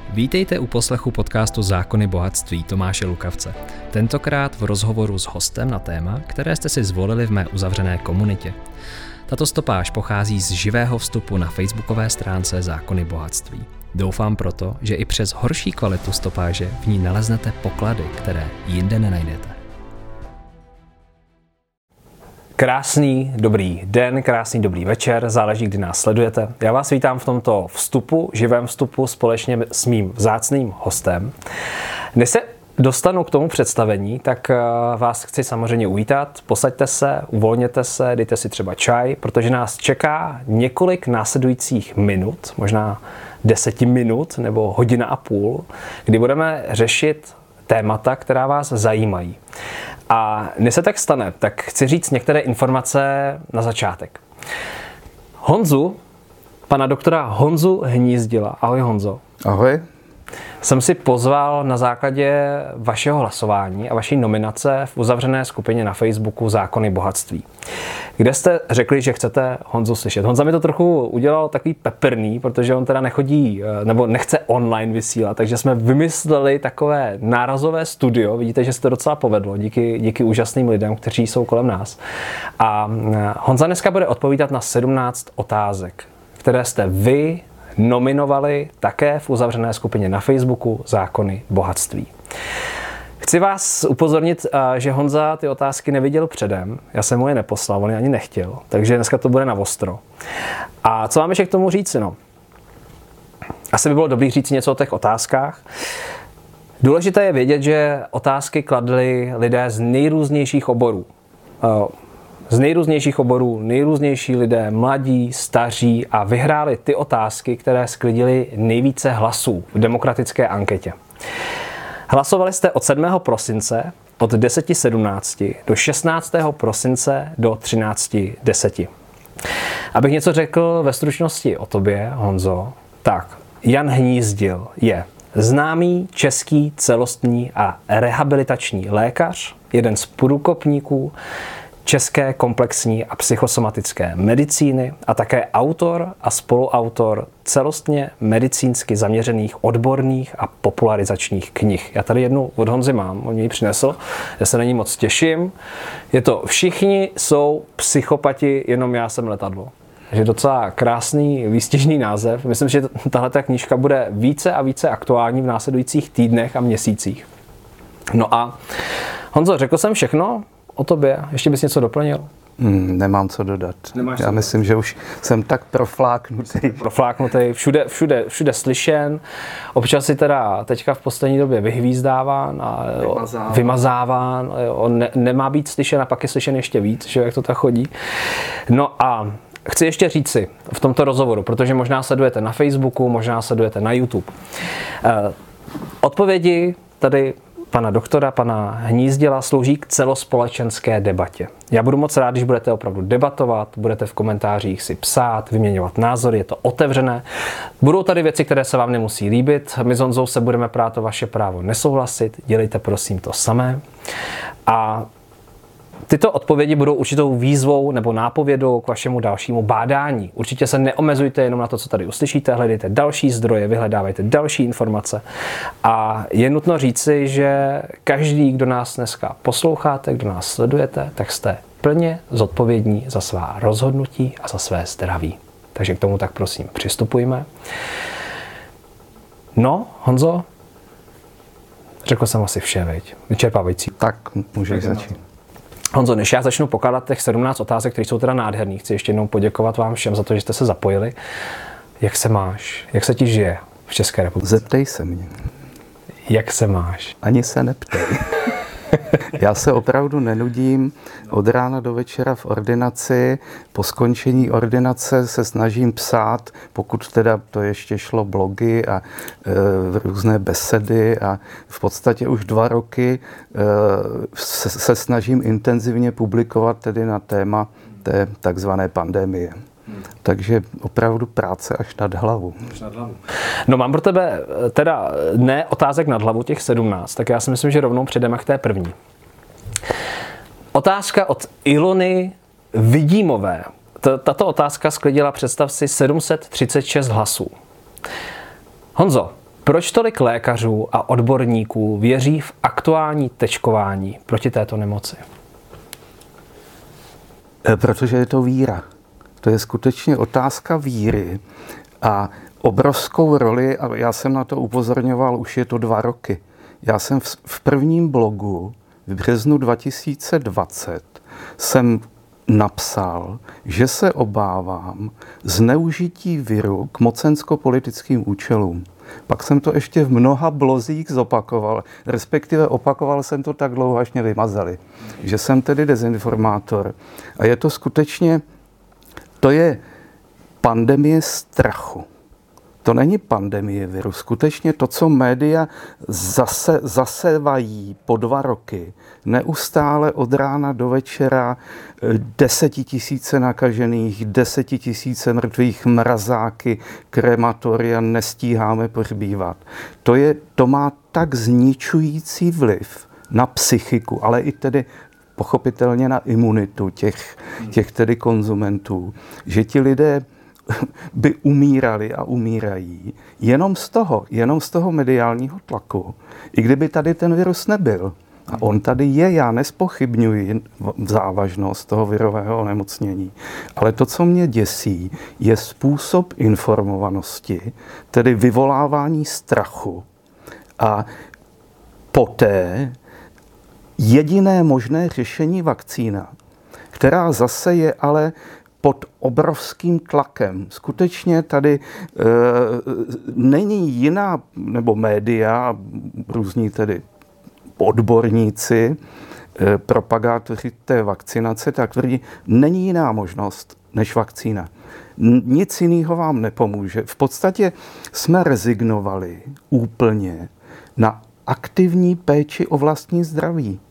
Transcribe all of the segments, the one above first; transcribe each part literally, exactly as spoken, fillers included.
Vítejte u poslechu podcastu Zákony bohatství Tomáše Lukavce. Tentokrát v rozhovoru s hostem na téma, které jste si zvolili v mé uzavřené komunitě. Tato stopáž pochází z živého vstupu na facebookové stránce Zákony bohatství. Doufám proto, že i přes horší kvalitu stopáže v ní naleznete poklady, které jinde nenajdete. Krásný dobrý den, krásný dobrý večer, záleží, kdy nás sledujete. Já vás vítám v tomto vstupu, živém vstupu společně s mým vzácným hostem. Než se dostanu k tomu představení, tak vás chci samozřejmě uvítat. Posaďte se, uvolněte se, dejte si třeba čaj, protože nás čeká několik následujících minut, možná deseti minut nebo hodina a půl, kdy budeme řešit témata, která vás zajímají. A než se tak stane, tak chci říct některé informace na začátek. Honzu, pana doktora Honzu Hnízdila. Ahoj Honzo. Ahoj. Jsem si pozval na základě vašeho hlasování a vaší nominace v uzavřené skupině na Facebooku Zákony bohatství, kde jste řekli, že chcete Honzu slyšet. Honza mi to trochu udělal takový peprný, protože on teda nechodí, nebo nechce online vysílat, takže jsme vymysleli takové nárazové studio. Vidíte, že se to docela povedlo, díky, díky úžasným lidem, kteří jsou kolem nás. A Honza dneska bude odpovídat na sedmnáct otázek, které jste vy nominovali také v uzavřené skupině na Facebooku Zákony bohatství. Chci vás upozornit, že Honza ty otázky neviděl předem. Já jsem mu je neposlal, on je ani nechtěl, takže dneska to bude na ostro. A co vám ještě k tomu říct? No? Asi by bylo dobré říct něco o těch otázkách. Důležité je vědět, že otázky kladli lidé z nejrůznějších oborů. Z nejrůznějších oborů, nejrůznější lidé, mladí, staří a vyhráli ty otázky, které sklidily nejvíce hlasů v demokratické anketě. Hlasovali jste od sedmého prosince od deset sedmnáct do šestnáctého prosince do třináct deset. Abych něco řekl ve stručnosti o tobě, Honzo, tak Jan Hnízdil je známý český celostní a rehabilitační lékař, jeden z průkopníků české komplexní a psychosomatické medicíny a také autor a spoluautor celostně medicínsky zaměřených odborných a popularizačních knih. Já tady jednu od Honzy mám, on mi ji přinesl, já se na ní moc těším. Je to Všichni jsou psychopati, jenom já jsem letadlo. Takže docela krásný, výstižný název. Myslím, že tahle knížka bude více a více aktuální v následujících týdnech a měsících. No a Honzo, řekl jsem všechno o tobě? Ještě bys něco doplnil? Hmm, nemám co dodat. Nemáš Já co myslím, dodat. Že už jsem tak profláknutý. Profláknutý, všude, všude, všude slyšen. Občas si teda teďka v poslední době vyhvízdáván a vymazáván. vymazáván jo, ne, nemá být slyšen a pak je slyšen ještě víc, že jak to tak chodí. No a chci ještě říct si v tomto rozhovoru, protože možná sledujete na Facebooku, možná sledujete na YouTube. Odpovědi tady pana doktora, pana Hnízdila slouží k celospolečenské debatě. Já budu moc rád, když budete opravdu debatovat, budete v komentářích si psát, vyměňovat názory, je to otevřené. Budou tady věci, které se vám nemusí líbit. My s Honzou se budeme prát o vaše právo nesouhlasit, dělejte prosím to samé. A tyto odpovědi budou určitou výzvou nebo nápovědou k vašemu dalšímu bádání. Určitě se neomezujte jenom na to, co tady uslyšíte, hledejte další zdroje, vyhledávejte další informace. A je nutno říci, že každý, kdo nás dneska posloucháte, kdo nás sledujete, tak jste plně zodpovědní za svá rozhodnutí a za své zdraví. Takže k tomu tak prosím přistupujme. No, Honzo, řekl jsem asi vše, veď? Vyčerpávající. Tak, můžeš začít. Honzo, než já začnu pokládat těch sedmnáct otázek, které jsou teda nádherný, chci ještě jednou poděkovat vám všem za to, že jste se zapojili. Jak se máš? Jak se ti žije v České republice? Zeptej se mě. Jak se máš? Ani se neptej. Já se opravdu nenudím od rána do večera v ordinaci. Po skončení ordinace se snažím psát, pokud teda to ještě šlo blogy a e, různé besedy a v podstatě už dva roky e, se, se snažím intenzivně publikovat tedy na téma té takzvané pandemie. Hmm. Takže opravdu práce až nad hlavu. Až nad hlavu. No mám pro tebe teda ne otázek nad hlavu těch sedmnáct, tak já si myslím, že rovnou přejdeme k té první. Otázka od Ilony Vidímové. Tato otázka sklidila, představ si, sedm set třicet šest hlasů. Honzo, Proč tolik lékařů a odborníků věří v aktuální tečkování proti této nemoci? Protože je to víra. To je skutečně otázka víry a obrovskou roli, a já jsem na to upozorňoval, už je to dva roky. Já jsem v, v prvním blogu v březnu dva tisíce dvacet jsem napsal, že se obávám zneužití viru k mocensko-politickým účelům. Pak jsem to ještě v mnoha blozích zopakoval, respektive opakoval jsem to tak dlouho, až mě vymazali, že jsem tedy dezinformátor. A je to skutečně, to je pandemie strachu. To není pandemie viru. Skutečně to, co média zase, zasevají po dva roky, neustále od rána do večera desetitisíce nakažených, desetitisíce mrtvých, mrazáky, krematoria, nestíháme pohřbívat. To, je, to má tak zničující vliv na psychiku, ale i tedy pochopitelně na imunitu těch, těch tedy konzumentů, že ti lidé by umírali a umírají jenom z toho, jenom z toho mediálního tlaku. I kdyby tady ten virus nebyl. A on tady je, já nezpochybňuji závažnost toho virového onemocnění. Ale to, co mě děsí, je způsob informovanosti, tedy vyvolávání strachu. A poté jediné možné řešení vakcína, která zase je ale pod obrovským tlakem. Skutečně tady e, není jiná, nebo média, různí tedy odborníci, e, propagátoři té vakcinace, tak tvrdí, není jiná možnost než vakcína. Nic jiného vám nepomůže. V podstatě jsme rezignovali úplně na aktivní péči o vlastní zdraví.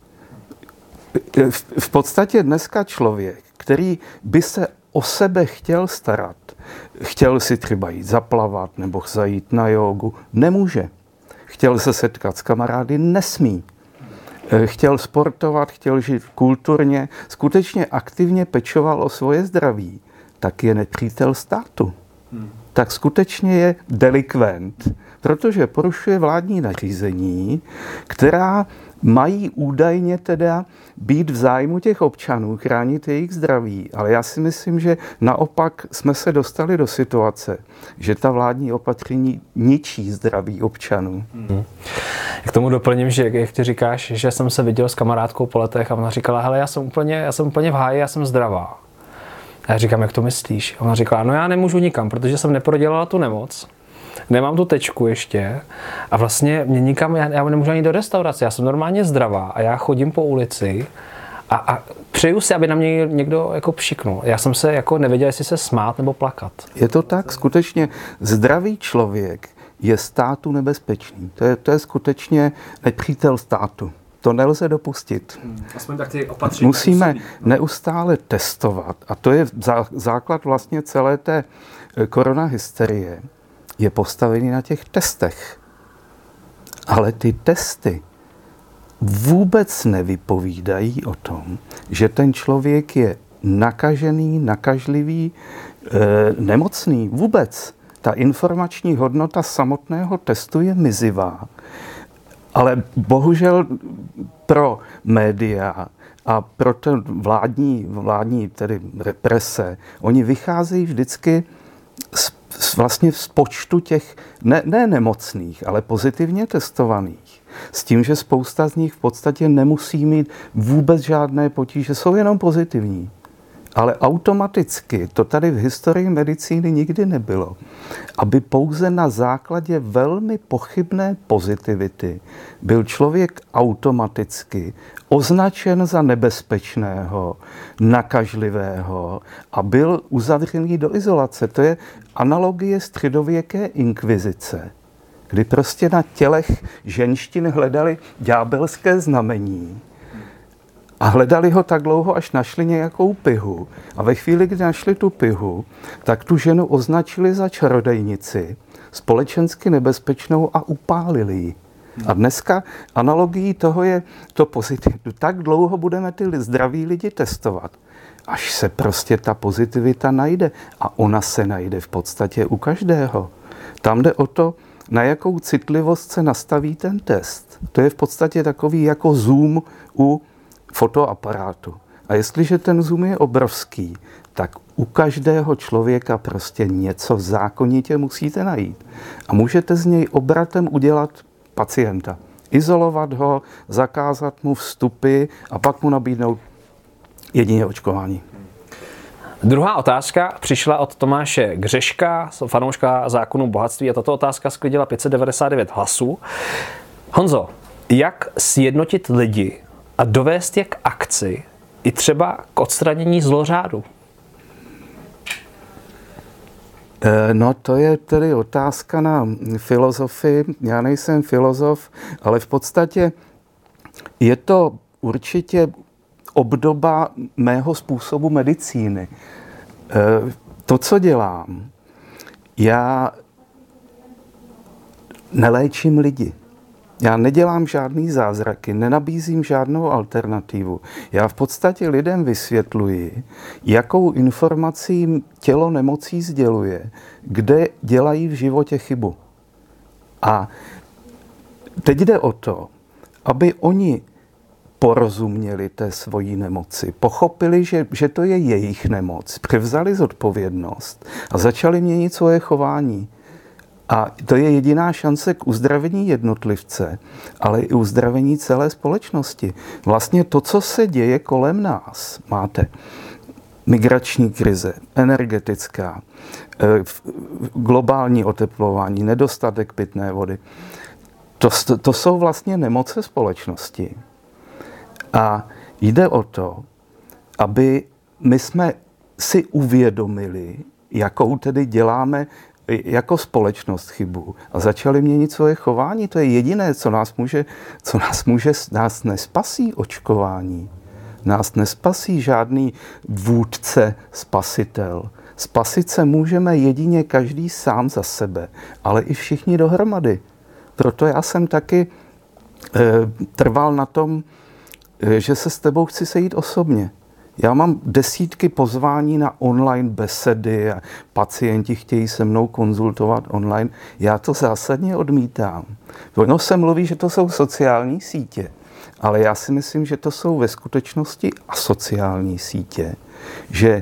V, v podstatě dneska člověk, který by se o sebe chtěl starat, chtěl si třeba jít zaplavat nebo zajít na jógu, nemůže. Chtěl se setkat s kamarády, nesmí. Chtěl sportovat, chtěl žít kulturně, skutečně aktivně pečoval o svoje zdraví, tak je nepřítel státu. Hmm. Tak skutečně je delikvent, protože porušuje vládní nařízení, která mají údajně teda být v zájmu těch občanů, chránit jejich zdraví. Ale já si myslím, že naopak jsme se dostali do situace, že ta vládní opatření ničí zdraví občanů. Hmm. K tomu doplním, že jak ty říkáš, že jsem se viděl s kamarádkou po letech a ona říkala, hele, já jsem úplně, já jsem úplně v háji, já jsem zdravá. A já říkám, jak to myslíš? A ona říkala, no já nemůžu nikam, protože jsem neprodělala tu nemoc. Nemám tu tečku ještě a vlastně mě nikam, já, já nemůžu ani do restaurace, já jsem normálně zdravá a já chodím po ulici a, a přeju si, aby na mě někdo jako pšiknul. Já jsem se jako nevěděl, jestli se smát nebo plakat. Je to tak, skutečně zdravý člověk je státu nebezpečný. To je, to je skutečně nepřítel státu. To nelze dopustit. Hmm, aspoň tak ty opatření. Musíme neustále testovat a to je základ vlastně celé té koronahysterie. Je postavený na těch testech. Ale ty testy vůbec nevypovídají o tom, že ten člověk je nakažený, nakažlivý, e, nemocný. Vůbec. Ta informační hodnota samotného testu je mizivá. Ale bohužel pro média a pro ten vládní, vládní tedy represe, oni vycházejí vždycky z vlastně z počtu těch ne, ne nemocných, ale pozitivně testovaných. S tím, že spousta z nich v podstatě nemusí mít vůbec žádné potíže, jsou jenom pozitivní. Ale automaticky, to tady v historii medicíny nikdy nebylo, aby pouze na základě velmi pochybné pozitivity byl člověk automaticky označen za nebezpečného, nakažlivého a byl uzavřený do izolace. To je analogie středověké inkvizice, kdy prostě na tělech ženštin hledali ďábelské znamení a hledali ho tak dlouho, až našli nějakou pihu. A ve chvíli, kdy našli tu pihu, tak tu ženu označili za čarodejnici, společensky nebezpečnou a upálili ji. A dneska analogií toho je to pozitivní. Tak dlouho budeme ty zdraví lidi testovat, až se prostě ta pozitivita najde. A ona se najde v podstatě u každého. Tam jde o to, na jakou citlivost se nastaví ten test. To je v podstatě takový jako zoom u fotoaparátu. A jestliže ten zoom je obrovský, tak u každého člověka prostě něco zákonitě musíte najít. A můžete z něj obratem udělat pacienta. Izolovat ho, zakázat mu vstupy a pak mu nabídnout jedině očkování. Druhá otázka přišla od Tomáše Gřeška, fanouška zákonu bohatství, a tato otázka sklidila pět set devadesát devět hlasů. Honzo, jak sjednotit lidi a dovést je k akci i třeba k odstranění zlořádu? No to je tedy otázka na filozofii. Já nejsem filozof, ale v podstatě je to určitě obdoba mého způsobu medicíny. To, co dělám, já neléčím lidi. Já nedělám žádný zázraky, nenabízím žádnou alternativu. Já v podstatě lidem vysvětluji, jakou informací jim tělo nemocí sděluje, kde dělají v životě chybu. A teď jde o to, aby oni porozuměli té svojí nemoci, pochopili, že, že to je jejich nemoc, převzali zodpovědnost a začali měnit svoje chování. A to je jediná šance k uzdravení jednotlivce, ale i uzdravení celé společnosti. Vlastně to, co se děje kolem nás, máte migrační krize, energetická, globální oteplování, nedostatek pitné vody. To, to jsou vlastně nemoce společnosti. A jde o to, aby my jsme si uvědomili, jakou tedy děláme jako společnost chybu a začali měnit svoje chování. To je jediné, co nás může, co nás může, nás nespasí očkování. Nás nespasí žádný vůdce, spasitel. Spasit se můžeme jedině každý sám za sebe, ale i všichni dohromady. Proto já jsem taky e, trval na tom, e, že se s tebou chci sejít osobně. Já mám desítky pozvání na online besedy a pacienti chtějí se mnou konzultovat online. Já to zásadně odmítám. Ono se mluví, že to jsou sociální sítě, ale já si myslím, že to jsou ve skutečnosti asociální sítě. Že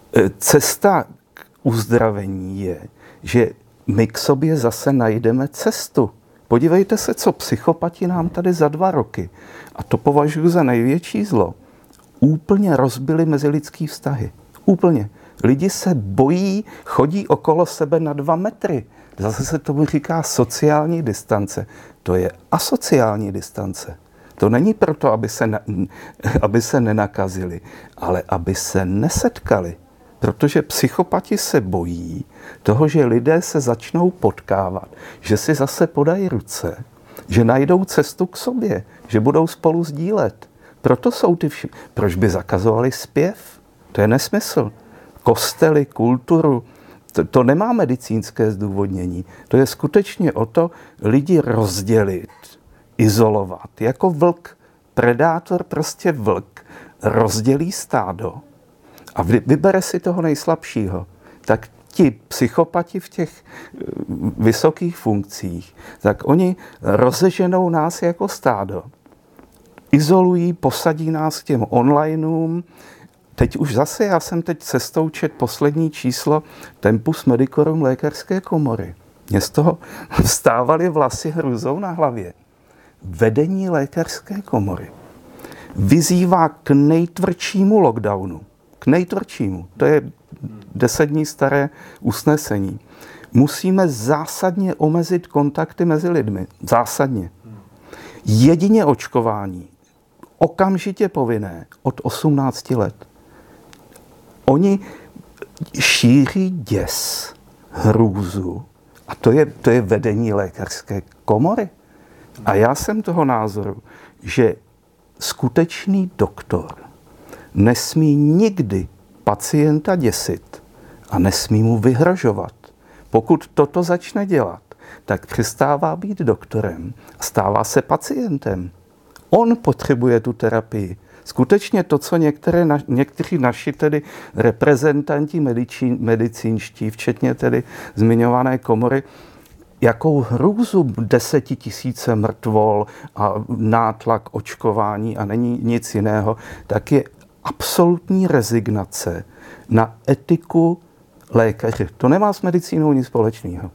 cesta k uzdravení je, že my k sobě zase najdeme cestu. Podívejte se, co psychopati nám tady za dva roky, a to považuji za největší zlo, úplně rozbili mezilidský vztahy. Úplně. Lidi se bojí, chodí okolo sebe na dva metry. Zase se tomu říká sociální distance. To je asociální distance. To není proto, aby se, na, aby se nenakazili, ale aby se nesetkali. Protože psychopati se bojí toho, že lidé se začnou potkávat, že si zase podají ruce, že najdou cestu k sobě, že budou spolu sdílet. Proto jsou ty vši... Proč by zakazovali zpěv? To je nesmysl. Kostely, kulturu, to, to nemá medicínské zdůvodnění. To je skutečně o to lidi rozdělit, izolovat. Jako vlk, predátor, prostě vlk, rozdělí stádo a vybere si toho nejslabšího. Tak ti psychopati v těch vysokých funkcích, tak oni rozeženou nás jako stádo. Izolují, posadí nás k těm onlineům. Teď už zase, já jsem teď cestou čet poslední číslo Tempus Medicorum lékařské komory. Mě z toho vstávaly vlasy hrůzou na hlavě. Vedení lékařské komory vyzývá k nejtvrdšímu lockdownu. K nejtvrdšímu. To je deset dní staré usnesení. Musíme zásadně omezit kontakty mezi lidmi. Zásadně. Jedině očkování. Okamžitě povinné od osmnácti let. Oni šíří děs, hrůzu. A to je, to je vedení lékařské komory. A já jsem toho názoru, že skutečný doktor nesmí nikdy pacienta děsit a nesmí mu vyhrožovat. Pokud toto začne dělat, tak přestává být doktorem a stává se pacientem. On potřebuje tu terapii. Skutečně to, co některé, někteří naši tedy reprezentanti medicín, medicínští, včetně tedy zmiňované komory, jakou hrůzu desetitisíce mrtvol a nátlak očkování a není nic jiného, tak je absolutní rezignace na etiku lékaře. To nemá s medicínou nic společného.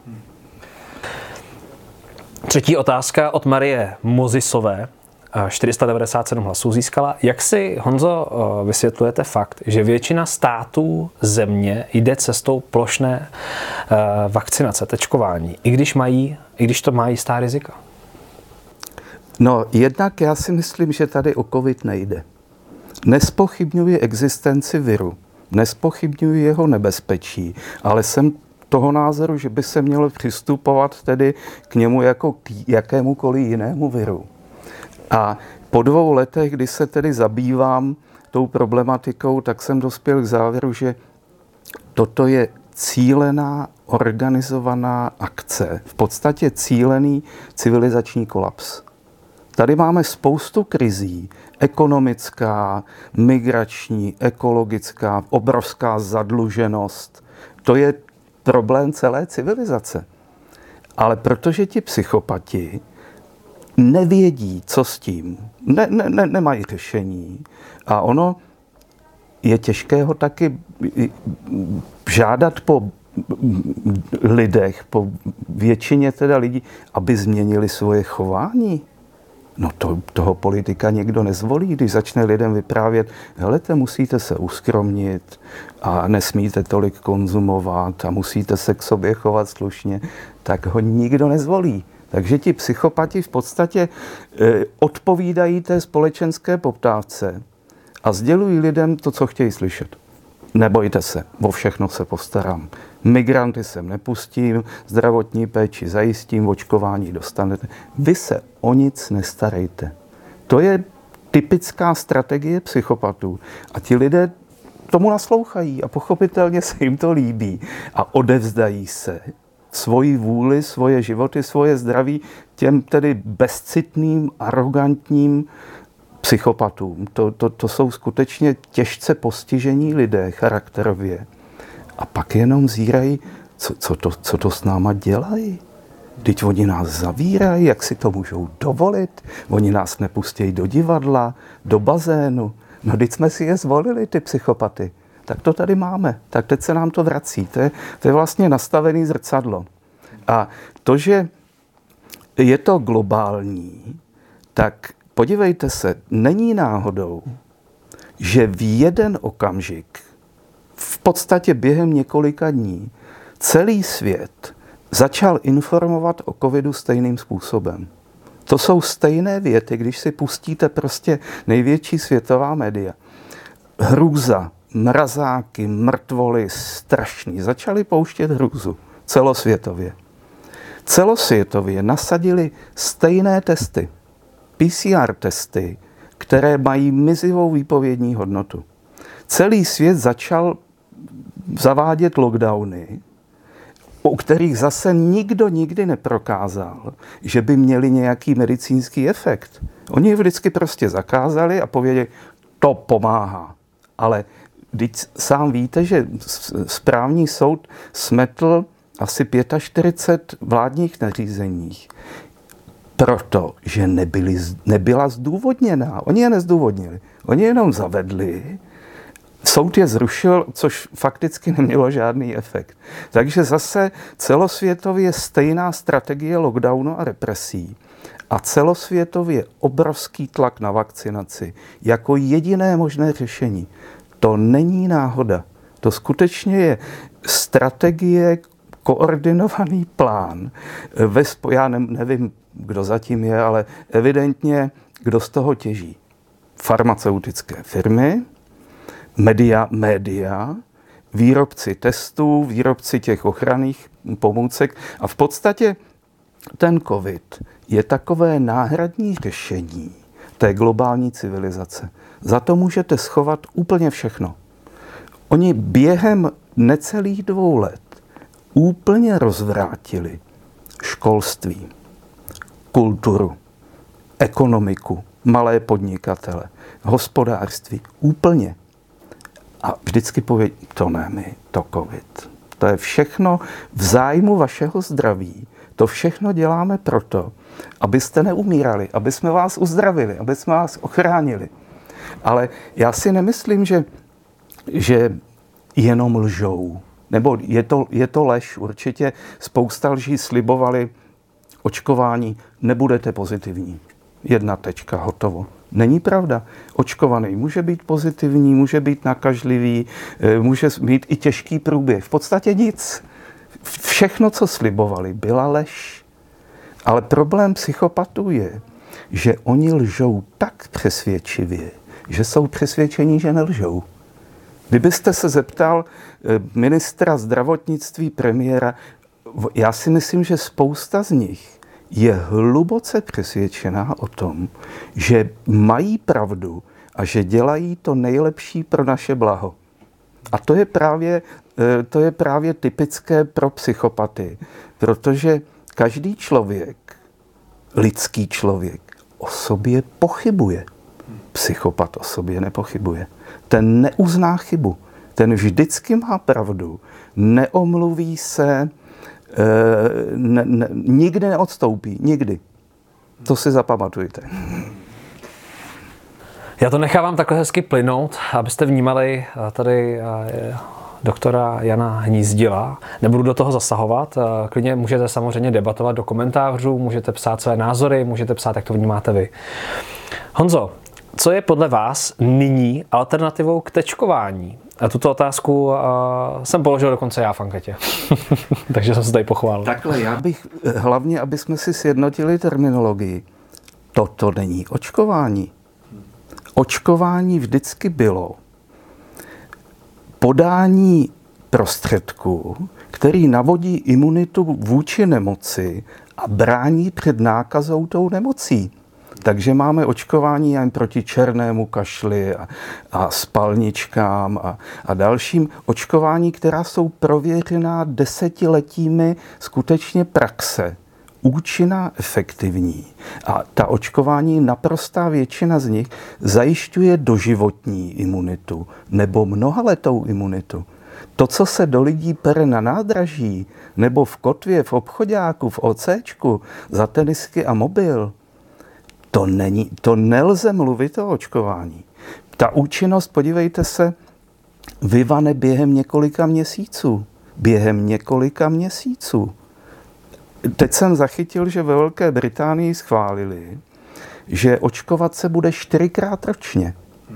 Třetí otázka od Marie Mozisové. čtyři sta devadesát sedm hlasů získala. Jak si, Honzo, vysvětlujete fakt, že většina států země jde cestou plošné vakcinace, tečkování, i když mají, i když to má jistá rizika? No, jednak já si myslím, že tady o covid nejde. Nespochybňuji existenci viru, nespochybňuji jeho nebezpečí, ale jsem toho názoru, že by se mělo přistupovat tedy k němu jako k jakémukoliv jinému viru. A po dvou letech, kdy se tedy zabývám tou problematikou, tak jsem dospěl k závěru, že toto je cílená, organizovaná akce, v podstatě cílený civilizační kolaps. Tady máme spoustu krizí, ekonomická, migrační, ekologická, obrovská zadluženost. To je problém celé civilizace. Ale protože ti psychopati nevědí, co s tím, ne, ne, ne, nemají řešení a ono je těžké ho taky žádat po lidech, po většině teda lidí, aby změnili svoje chování. No to, toho politika někdo nezvolí, když začne lidem vyprávět, helete, musíte se uskromnit a nesmíte tolik konzumovat a musíte se k sobě chovat slušně, tak ho nikdo nezvolí. Takže ti psychopati v podstatě e, odpovídají té společenské poptávce a sdělují lidem to, co chtějí slyšet. Nebojte se, o všechno se postarám. Migranty sem nepustím, zdravotní péči zajistím, očkování dostanete. Vy se o nic nestarejte. To je typická strategie psychopatů. A ti lidé tomu naslouchají a pochopitelně se jim to líbí a odevzdají se svoji vůli, svoje životy, svoje zdraví těm tedy bezcitným, arrogantním psychopatům. To, to, to jsou skutečně těžce postižení lidé charakterově. A pak jenom zírají, co, co, to, co to s náma dělají. Vždyť oni nás zavírají, jak si to můžou dovolit. Oni nás nepustějí do divadla, do bazénu. No vždyť jsme si je zvolili, ty psychopaty. Tak to tady máme. Tak teď se nám to vrací. To je, to je vlastně nastavený zrcadlo. A to, že je to globální, tak podívejte se, není náhodou, že v jeden okamžik, v podstatě během několika dní, celý svět začal informovat o covidu stejným způsobem. To jsou stejné věty, když si pustíte prostě největší světová média. Hrůza, mrazáky, mrtvoly, strašný. Začali pouštět hrůzu celosvětově. Celosvětově nasadili stejné testy. P C R testy, které mají mizivou výpovědní hodnotu. Celý svět začal zavádět lockdowny, u kterých zase nikdo nikdy neprokázal, že by měli nějaký medicínský efekt. Oni je vždycky prostě zakázali a pověděli, to pomáhá. Ale když sám víte, že správní soud smetl asi čtyřicet pět vládních nařízeních, protože nebyly, nebyla zdůvodněná. Oni je nezdůvodnili. Oni jenom zavedli, soud je zrušil, což fakticky nemělo žádný efekt. Takže zase celosvětově stejná strategie lockdownu a represí a celosvětově obrovský tlak na vakcinaci jako jediné možné řešení. To není náhoda. To skutečně je strategie, koordinovaný plán. Ve spo- já ne, nevím, kdo zatím je, ale evidentně, kdo z toho těží. Farmaceutické firmy, média, média, výrobci testů, výrobci těch ochranných pomůcek a v podstatě ten covid je takové náhradní řešení té globální civilizace. Za to můžete schovat úplně všechno. Oni během necelých dvou let úplně rozvrátili školství, kulturu, ekonomiku, malé podnikatele, hospodářství, úplně. A vždycky pověď, to ne my, to covid. To je všechno v zájmu vašeho zdraví To všechno děláme proto, abyste neumírali, aby jsme vás uzdravili, aby jsme vás ochránili. Ale já si nemyslím, že, že jenom lžou. Nebo je to, je to lež. Určitě spousta lží slibovali očkování, nebudete pozitivní. Jedna tečka, hotovo. Není pravda. Očkovaný může být pozitivní, může být nakažlivý, může mít i těžký průběh. V podstatě nic. Všechno, co slibovali, byla lež. Ale problém psychopatů je, že oni lžou tak přesvědčivě, že jsou přesvědčení, že nelžou. Kdybyste se zeptal ministra zdravotnictví, premiéra, já si myslím, že spousta z nich je hluboce přesvědčená o tom, že mají pravdu a že dělají to nejlepší pro naše blaho. A to je právě, to je právě typické pro psychopaty, protože každý člověk, lidský člověk, o sobě pochybuje. Psychopat o sobě nepochybuje. Ten neuzná chybu. Ten vždycky má pravdu. Neomluví se, ne, ne, nikdy neodstoupí. Nikdy. To si zapamatujte. Já to nechávám takhle hezky plynout, abyste vnímali tady doktora Jana Hnízdila. Nebudu do toho zasahovat. Klidně můžete samozřejmě debatovat do komentářů, můžete psát své názory, můžete psát, jak to vnímáte vy. Honzo, co je podle vás nyní alternativou k tečkování? A tuto otázku uh, jsem položil dokonce já v anketě. Takže jsem se tady pochválil. Takhle, já bych hlavně, aby jsme si sjednotili terminologii. Toto není očkování. Očkování vždycky bylo podání prostředků, který navodí imunitu vůči nemoci a brání před nákazou tou nemocí. Takže máme očkování jen proti černému kašli a, a spalničkám a, a dalším očkování, která jsou prověřená desetiletími skutečně praxe. Účinná, efektivní. A ta očkování, naprostá většina z nich, zajišťuje doživotní imunitu nebo mnohaletou imunitu. To, co se do lidí pere na nádraží nebo v kotvě, v obchoďáku, v OCčku, za tenisky a mobil, to, není, to nelze mluvit o očkování. Ta účinnost, podívejte se, vyvane během několika měsíců. Během několika měsíců. Teď jsem zachytil, že ve Velké Británii schválili, že očkovat se bude čtyřikrát ročně.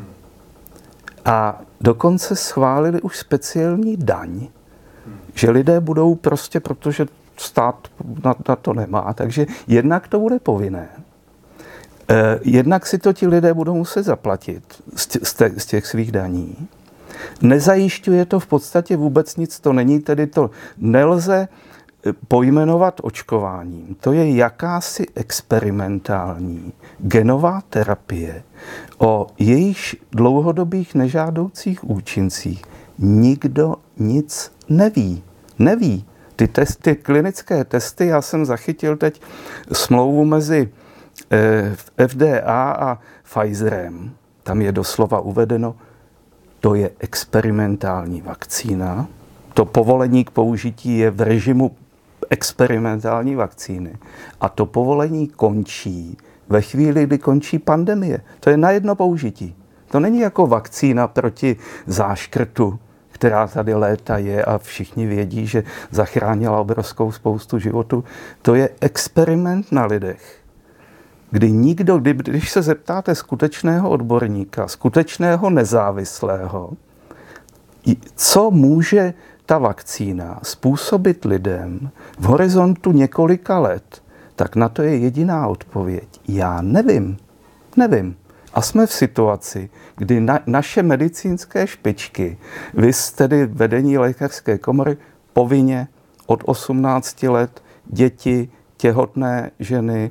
A dokonce schválili už speciální daň, že lidé budou prostě, protože stát na, na to nemá, takže jednak to bude povinné. Eh, jednak si to ti lidé budou muset zaplatit z, tě, z, te, z těch svých daní. Nezajišťuje to v podstatě vůbec nic, to není tedy to, nelze pojmenovat očkováním. To je jakási experimentální genová terapie. O jejíž dlouhodobých nežádoucích účincích nikdo nic neví. Neví. Ty testy, klinické testy, já jsem zachytil teď smlouvu mezi eh, F D A a Pfizerem. Tam je doslova uvedeno, to je experimentální vakcína. To povolení k použití je v režimu experimentální vakcíny. A to povolení končí ve chvíli, kdy končí pandemie. To je na jedno použití. To není jako vakcína proti záškrtu, která tady léta je a všichni vědí, že zachránila obrovskou spoustu životů. To je experiment na lidech, kdy nikdo, kdy, když se zeptáte skutečného odborníka, skutečného nezávislého, co může ta vakcína způsobit lidem v horizontu několika let, tak na to je jediná odpověď. Já nevím. Nevím. A jsme v situaci, kdy na, naše medicínské špičky, vys tedy vedení lékařské komory, povinně od osmnácti let, děti, těhotné ženy,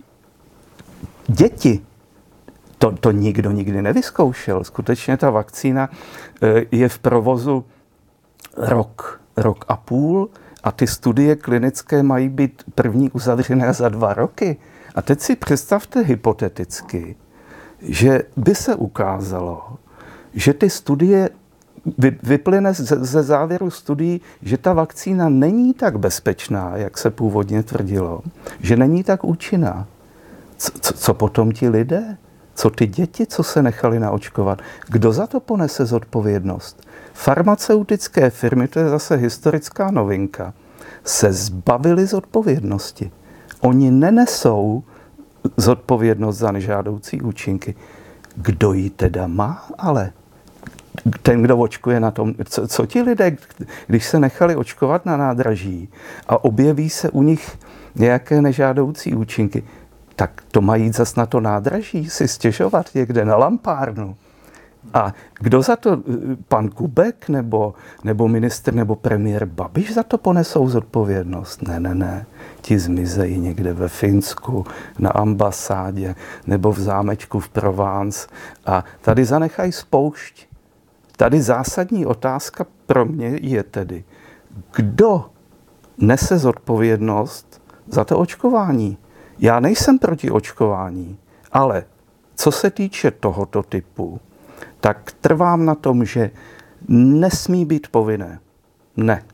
děti. To, to nikdo nikdy nevyzkoušel. Skutečně ta vakcína je v provozu rok, rok a půl a ty studie klinické mají být první uzavřené za dva roky. A teď si představte hypoteticky, že by se ukázalo, že ty studie vyplyne ze závěru studií, že ta vakcína není tak bezpečná, jak se původně tvrdilo, že není tak účinná. Co, co, co potom ti lidé? Co ty děti, co se nechali naočkovat? Kdo za to ponese zodpovědnost? Farmaceutické firmy, to je zase historická novinka, se zbavily zodpovědnosti. Oni nenesou zodpovědnost za nežádoucí účinky. Kdo ji teda má, ale? Ten, kdo očkuje na tom, co, co ti lidé, když se nechali očkovat na nádraží a objeví se u nich nějaké nežádoucí účinky, tak to mají jít zas na to nádraží, si stěžovat někde na lampárnu. A kdo za to, pan Kubek nebo, nebo ministr nebo premiér Babiš za to ponesou zodpovědnost? Ne, ne, ne. Ti zmizejí někde ve Finsku, na ambasádě nebo v zámečku v Provence a tady zanechají spoušť. Tady zásadní otázka pro mě je tedy, kdo nese zodpovědnost za to očkování? Já nejsem proti očkování, ale co se týče tohoto typu, tak trvám na tom, že nesmí být povinné. Ne.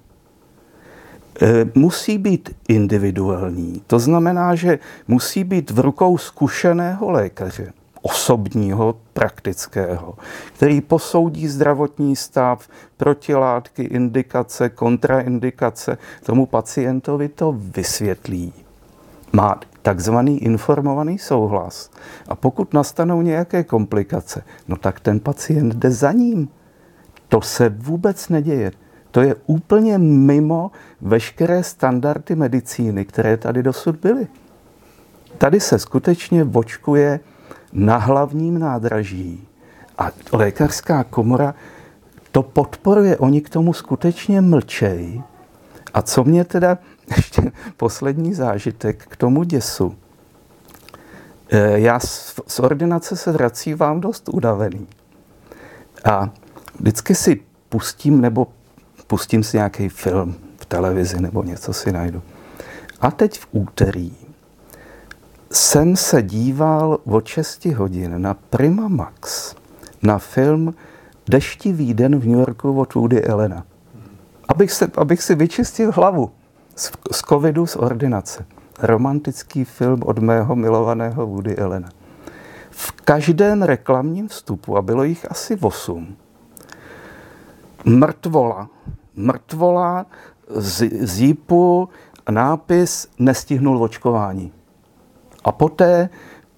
E, musí být individuální. To znamená, že musí být v rukou zkušeného lékaře, osobního, praktického, který posoudí zdravotní stav, protilátky, indikace, kontraindikace, tomu pacientovi to vysvětlí. Má takzvaný informovaný souhlas. A pokud nastanou nějaké komplikace, no tak ten pacient jde za ním. To se vůbec neděje. To je úplně mimo veškeré standardy medicíny, které tady dosud byly. Tady se skutečně očkuje na hlavním nádraží. A lékařská komora to podporuje. Oni k tomu skutečně mlčejí. A co mě teda ještě poslední zážitek k tomu děsu. Já z ordinace se vracím vám dost unavený. A vždycky si pustím, nebo pustím si nějaký film v televizi, nebo něco si najdu. A teď v úterý jsem se díval od šesti hodin na Prima Max, na film Deštivý den v New Yorku od Woody Allena. Abych, se, abych si vyčistil hlavu z, z covidu, z ordinace. Romantický film od mého milovaného Woody Allena. V každém reklamním vstupu, a bylo jich asi osm, mrtvola. Mrtvola z, z jípu, nápis nestihnul očkování. A poté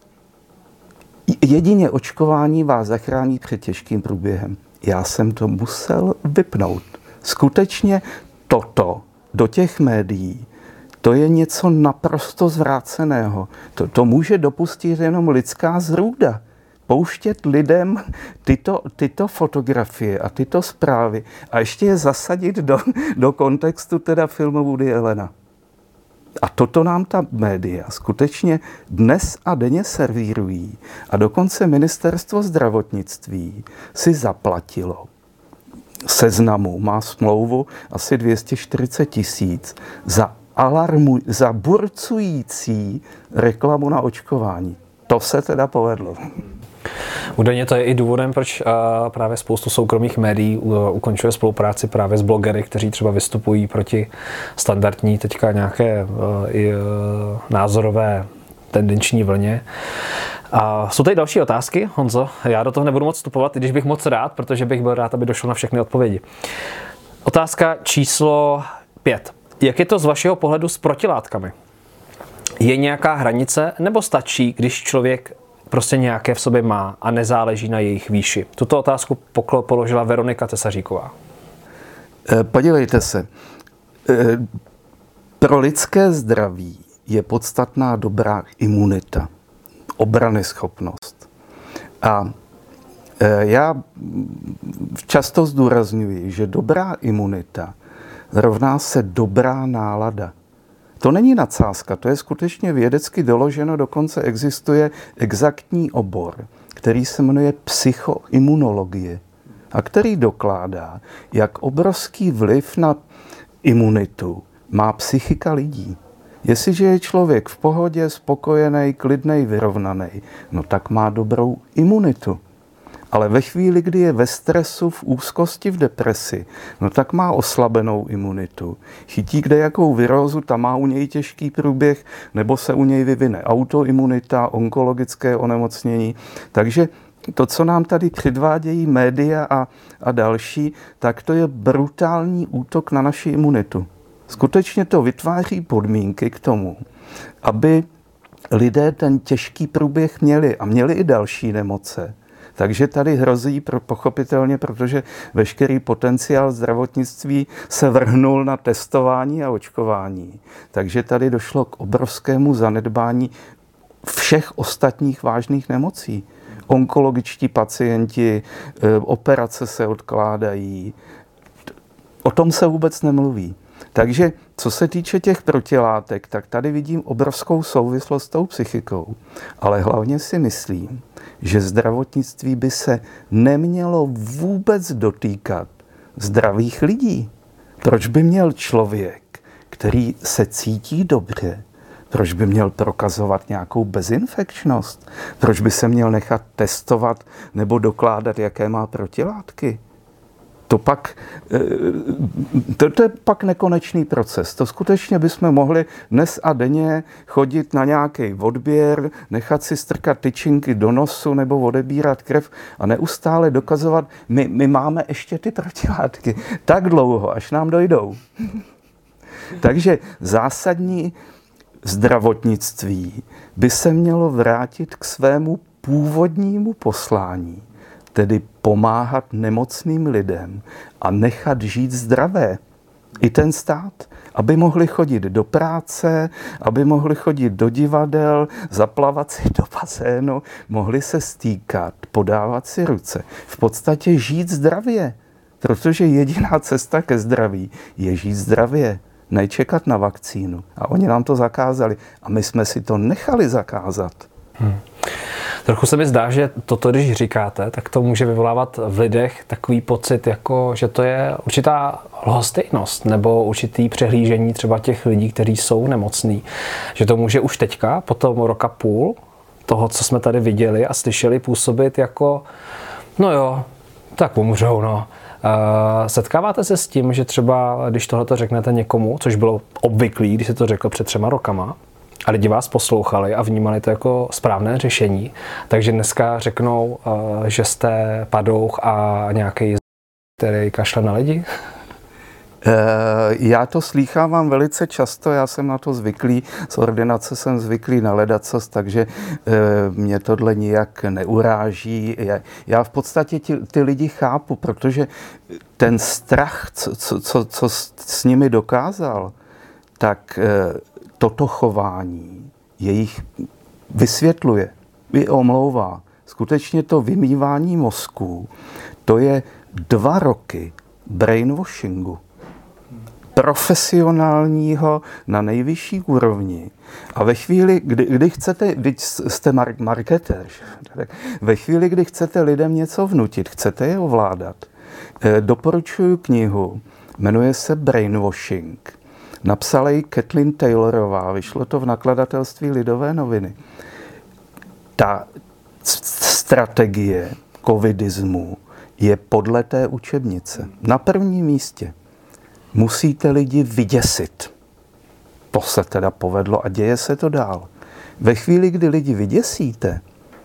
jedině očkování vás zachrání před těžkým průběhem. Já jsem to musel vypnout. Skutečně toto do těch médií, to je něco naprosto zvráceného. To, to může dopustit jenom lidská zrůda. Pouštět lidem tyto, tyto fotografie a tyto zprávy a ještě je zasadit do, do kontextu teda filmu Woody Allena. A toto nám ta média skutečně dnes a denně servírují. A dokonce ministerstvo zdravotnictví si zaplatilo Seznamu, má smlouvu asi dvě stě čtyřicet tisíc za alarmu, za burcující reklamu na očkování. To se teda povedlo. Údajně to je i důvodem, proč uh, právě spoustu soukromých médií uh, ukončuje spolupráci právě s blogery, kteří třeba vystupují proti standardní teďka nějaké uh, i, uh, názorové tendenční vlně. A jsou tady další otázky, Honzo. Já do toho nebudu moc vstupovat, i když bych moc rád, protože bych byl rád, aby došlo na všechny odpovědi. Otázka číslo pět. Jak je to z vašeho pohledu s protilátkami? Je nějaká hranice, nebo stačí, když člověk prostě nějaké v sobě má a nezáleží na jejich výši? Tuto otázku položila Veronika Tesaříková. Podívejte se. Pro lidské zdraví je podstatná dobrá imunita, obranyschopnost. A já často zdůrazňuji, že dobrá imunita rovná se dobrá nálada. To není nadsázka, to je skutečně vědecky doloženo, dokonce existuje exaktní obor, který se jmenuje psychoimunologie a který dokládá, jak obrovský vliv na imunitu má psychika lidí. Jestliže je člověk v pohodě, spokojený, klidnej, vyrovnaný, no tak má dobrou imunitu. Ale ve chvíli, kdy je ve stresu, v úzkosti, v depresi, no tak má oslabenou imunitu. Chytí kde jakou virózu, tam má u něj těžký průběh, nebo se u něj vyvine autoimunita, onkologické onemocnění. Takže to, co nám tady předvádějí média a, a další, tak to je brutální útok na naši imunitu. Skutečně to vytváří podmínky k tomu, aby lidé ten těžký průběh měli a měli i další nemoce. Takže tady hrozí pro, pochopitelně, protože veškerý potenciál zdravotnictví se vrhnul na testování a očkování. Takže tady došlo k obrovskému zanedbání všech ostatních vážných nemocí. Onkologičtí pacienti, operace se odkládají. O tom se vůbec nemluví. Takže co se týče těch protilátek, tak tady vidím obrovskou souvislost s tou psychikou. Ale hlavně si myslím, že zdravotnictví by se nemělo vůbec dotýkat zdravých lidí. Proč by měl člověk, který se cítí dobře, proč by měl prokazovat nějakou bezinfekčnost? Proč by se měl nechat testovat nebo dokládat, jaké má protilátky? To pak, to, to je pak nekonečný proces. To skutečně bychom mohli dnes a denně chodit na nějaký odběr, nechat si strkat tyčinky do nosu nebo odebírat krev a neustále dokazovat, my, my máme ještě ty protilátky tak dlouho, až nám dojdou. Takže zásadní zdravotnictví by se mělo vrátit k svému původnímu poslání, tedy pomáhat nemocným lidem a nechat žít zdravé. I ten stát, aby mohli chodit do práce, aby mohli chodit do divadel, zaplavat si do bazénu, mohli se stýkat, podávat si ruce. V podstatě žít zdravě, protože jediná cesta ke zdraví je žít zdravě. Nečekat na vakcínu. A oni nám to zakázali. A my jsme si to nechali zakázat. Hmm. Trochu se mi zdá, že toto, když říkáte, tak to může vyvolávat v lidech takový pocit, jako, že to je určitá lhostejnost nebo určitý přehlížení třeba těch lidí, kteří jsou nemocní. Že to může už teďka, po tom roka půl, toho, co jsme tady viděli a slyšeli, působit jako, no jo, tak umřou, no. Uh, setkáváte se s tím, že třeba, když tohleto řeknete někomu, což bylo obvyklý, když se to řekl před třema rokama, a lidi vás poslouchali a vnímali to jako správné řešení, takže dneska řeknou, uh, že jste padouch a nějaký, který kašle na lidi? Já to slýchávám velice často, já jsem na to zvyklý, z ordinace jsem zvyklý na ledacos, takže mě tohle nijak neuráží. Já v podstatě ty, ty lidi chápu, protože ten strach, co, co, co s nimi dokázal, tak toto chování jejich vysvětluje, i omlouvá. Skutečně to vymývání mozku, to je dva roky brainwashingu. Profesionálního na nejvyšší úrovni. A ve chvíli, kdy, kdy chcete, když jste marketér, ve chvíli, kdy chcete lidem něco vnutit, chcete je ovládat, doporučuji knihu, jmenuje se Brainwashing. Napsala ji Kathleen Taylorová, vyšlo to v nakladatelství Lidové noviny. Ta strategie covidismu je podle té učebnice. Na prvním místě musíte lidi vyděsit. To se teda povedlo a děje se to dál. Ve chvíli, kdy lidi vyděsíte,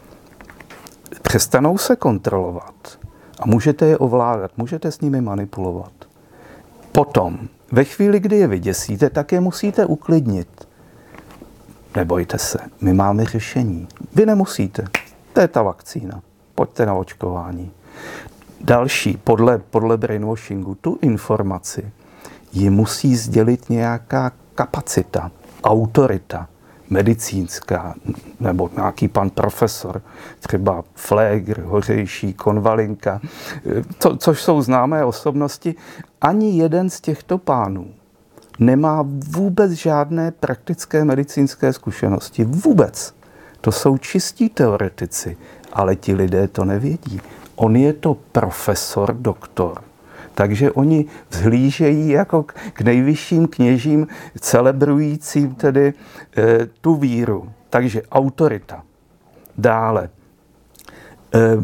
přestanou se kontrolovat a můžete je ovládat, můžete s nimi manipulovat. Potom, ve chvíli, kdy je vyděsíte, tak je musíte uklidnit. Nebojte se, my máme řešení. Vy nemusíte. To je ta vakcína. Pojďte na očkování. Další, podle, podle brainwashingu, tu informaci ji musí sdělit nějaká kapacita, autorita, medicínská, nebo nějaký pan profesor, třeba Pfleger, Hořejší, Konvalinka, co, což jsou známé osobnosti. Ani jeden z těchto pánů nemá vůbec žádné praktické medicínské zkušenosti. Vůbec. To jsou čistí teoretici, ale ti lidé to nevědí. On je to profesor, doktor. Takže oni vzhlížejí jako k nejvyšším kněžím, celebrujícím tedy e, tu víru. Takže autorita. Dále. E,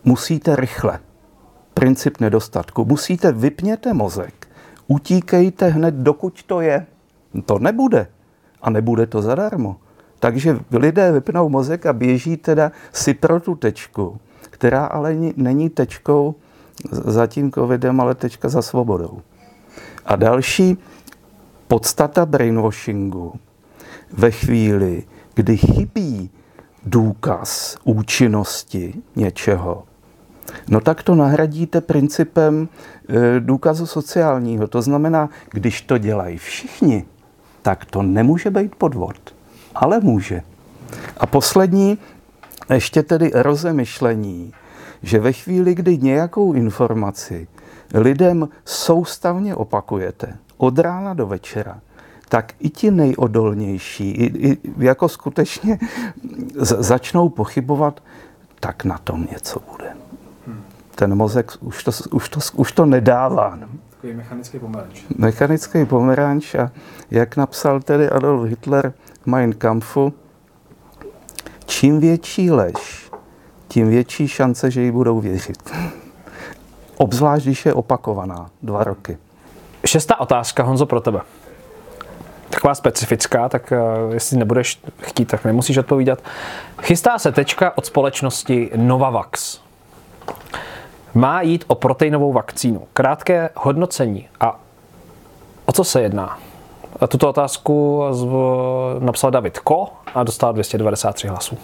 musíte rychle. Princip nedostatku. Musíte, vypněte mozek. Utíkejte hned, dokud to je. To nebude. A nebude to zadarmo. Takže lidé vypnou mozek a běží teda si pro tu tečku, která ale není tečkou za tím covidem, ale tečka za svobodou. A další podstata brainwashingu ve chvíli, kdy chybí důkaz účinnosti něčeho, no tak to nahradíte principem e, důkazu sociálního. To znamená, když to dělají všichni, tak to nemůže být podvod, ale může. A poslední, ještě tedy rozemyšlení, že ve chvíli, kdy nějakou informaci lidem soustavně opakujete od rána do večera, tak i ti nejodolnější, i, i jako skutečně z, začnou pochybovat, tak na tom něco bude. Hmm. Ten mozek už to, už to, už to nedává. No. Takový mechanický pomeranč. Mechanický pomeranč a jak napsal tedy Adolf Hitler v Mein Kampfu, čím větší lež, tím větší šance, že jí budou věřit. Obzvlášť, když je opakovaná dva roky. Šestá otázka, Honzo, pro tebe. Taková specifická, tak uh, jestli nebudeš chtít, tak nemusíš odpovídat. Chystá se tečka od společnosti Novavax. Má jít o proteinovou vakcínu. Krátké hodnocení. A o co se jedná? A tuto otázku zv... napsal David Ko a dostal dvě stě devadesát tři hlasů.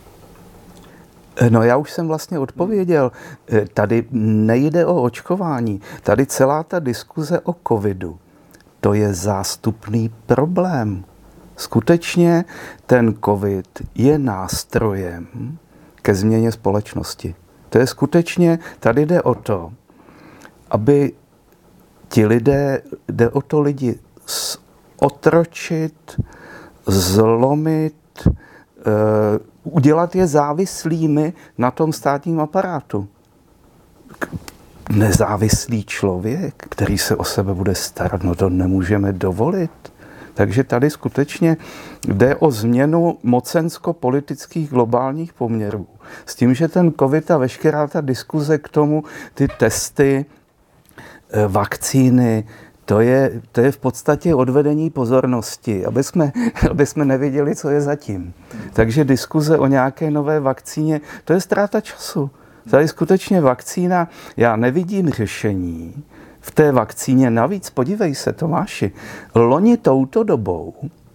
No já už jsem vlastně odpověděl. Tady nejde o očkování. Tady celá ta diskuze o covidu, to je zástupný problém. Skutečně ten covid je nástrojem ke změně společnosti. To je skutečně, tady jde o to, aby ti lidé, jde o to lidi otročit, zlomit, udělat je závislými na tom státním aparátu. Nezávislý člověk, který se o sebe bude starat, no to nemůžeme dovolit. Takže tady skutečně jde o změnu mocensko-politických globálních poměrů. S tím, že ten covid a veškerá ta diskuze k tomu, ty testy, vakcíny, to je, to je v podstatě odvedení pozornosti, aby jsme, aby jsme nevěděli, co je zatím. Takže diskuze o nějaké nové vakcíně, to je ztráta času. Tady skutečně vakcína, já nevidím řešení v té vakcíně. Navíc, podívej se, Tomáši, loni touto dobou,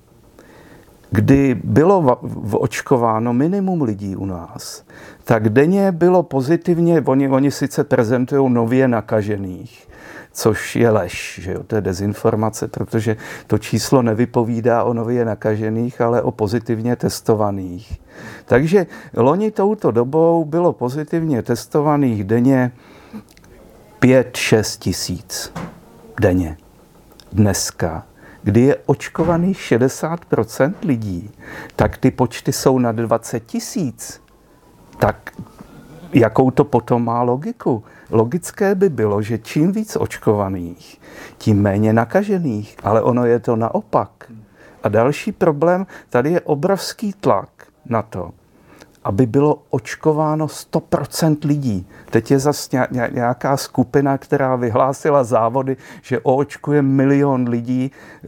kdy bylo očkováno minimum lidí u nás, tak denně bylo pozitivně, oni, oni sice prezentují nově nakažených, což je lež, že jo? To je dezinformace, protože to číslo nevypovídá o nově nakažených, ale o pozitivně testovaných. Takže loni touto dobou bylo pozitivně testovaných denně pět šest tisíc denně. Dneska, kdy je očkovaných šedesát procent lidí, tak ty počty jsou na dvacet tisíc. Tak jakou to potom má logiku? Logické by bylo, že čím víc očkovaných, tím méně nakažených, ale ono je to naopak. A další problém, tady je obrovský tlak na to, aby bylo očkováno sto procent lidí. Teď je zase nějaká skupina, která vyhlásila závody, že oočkuje milion lidí.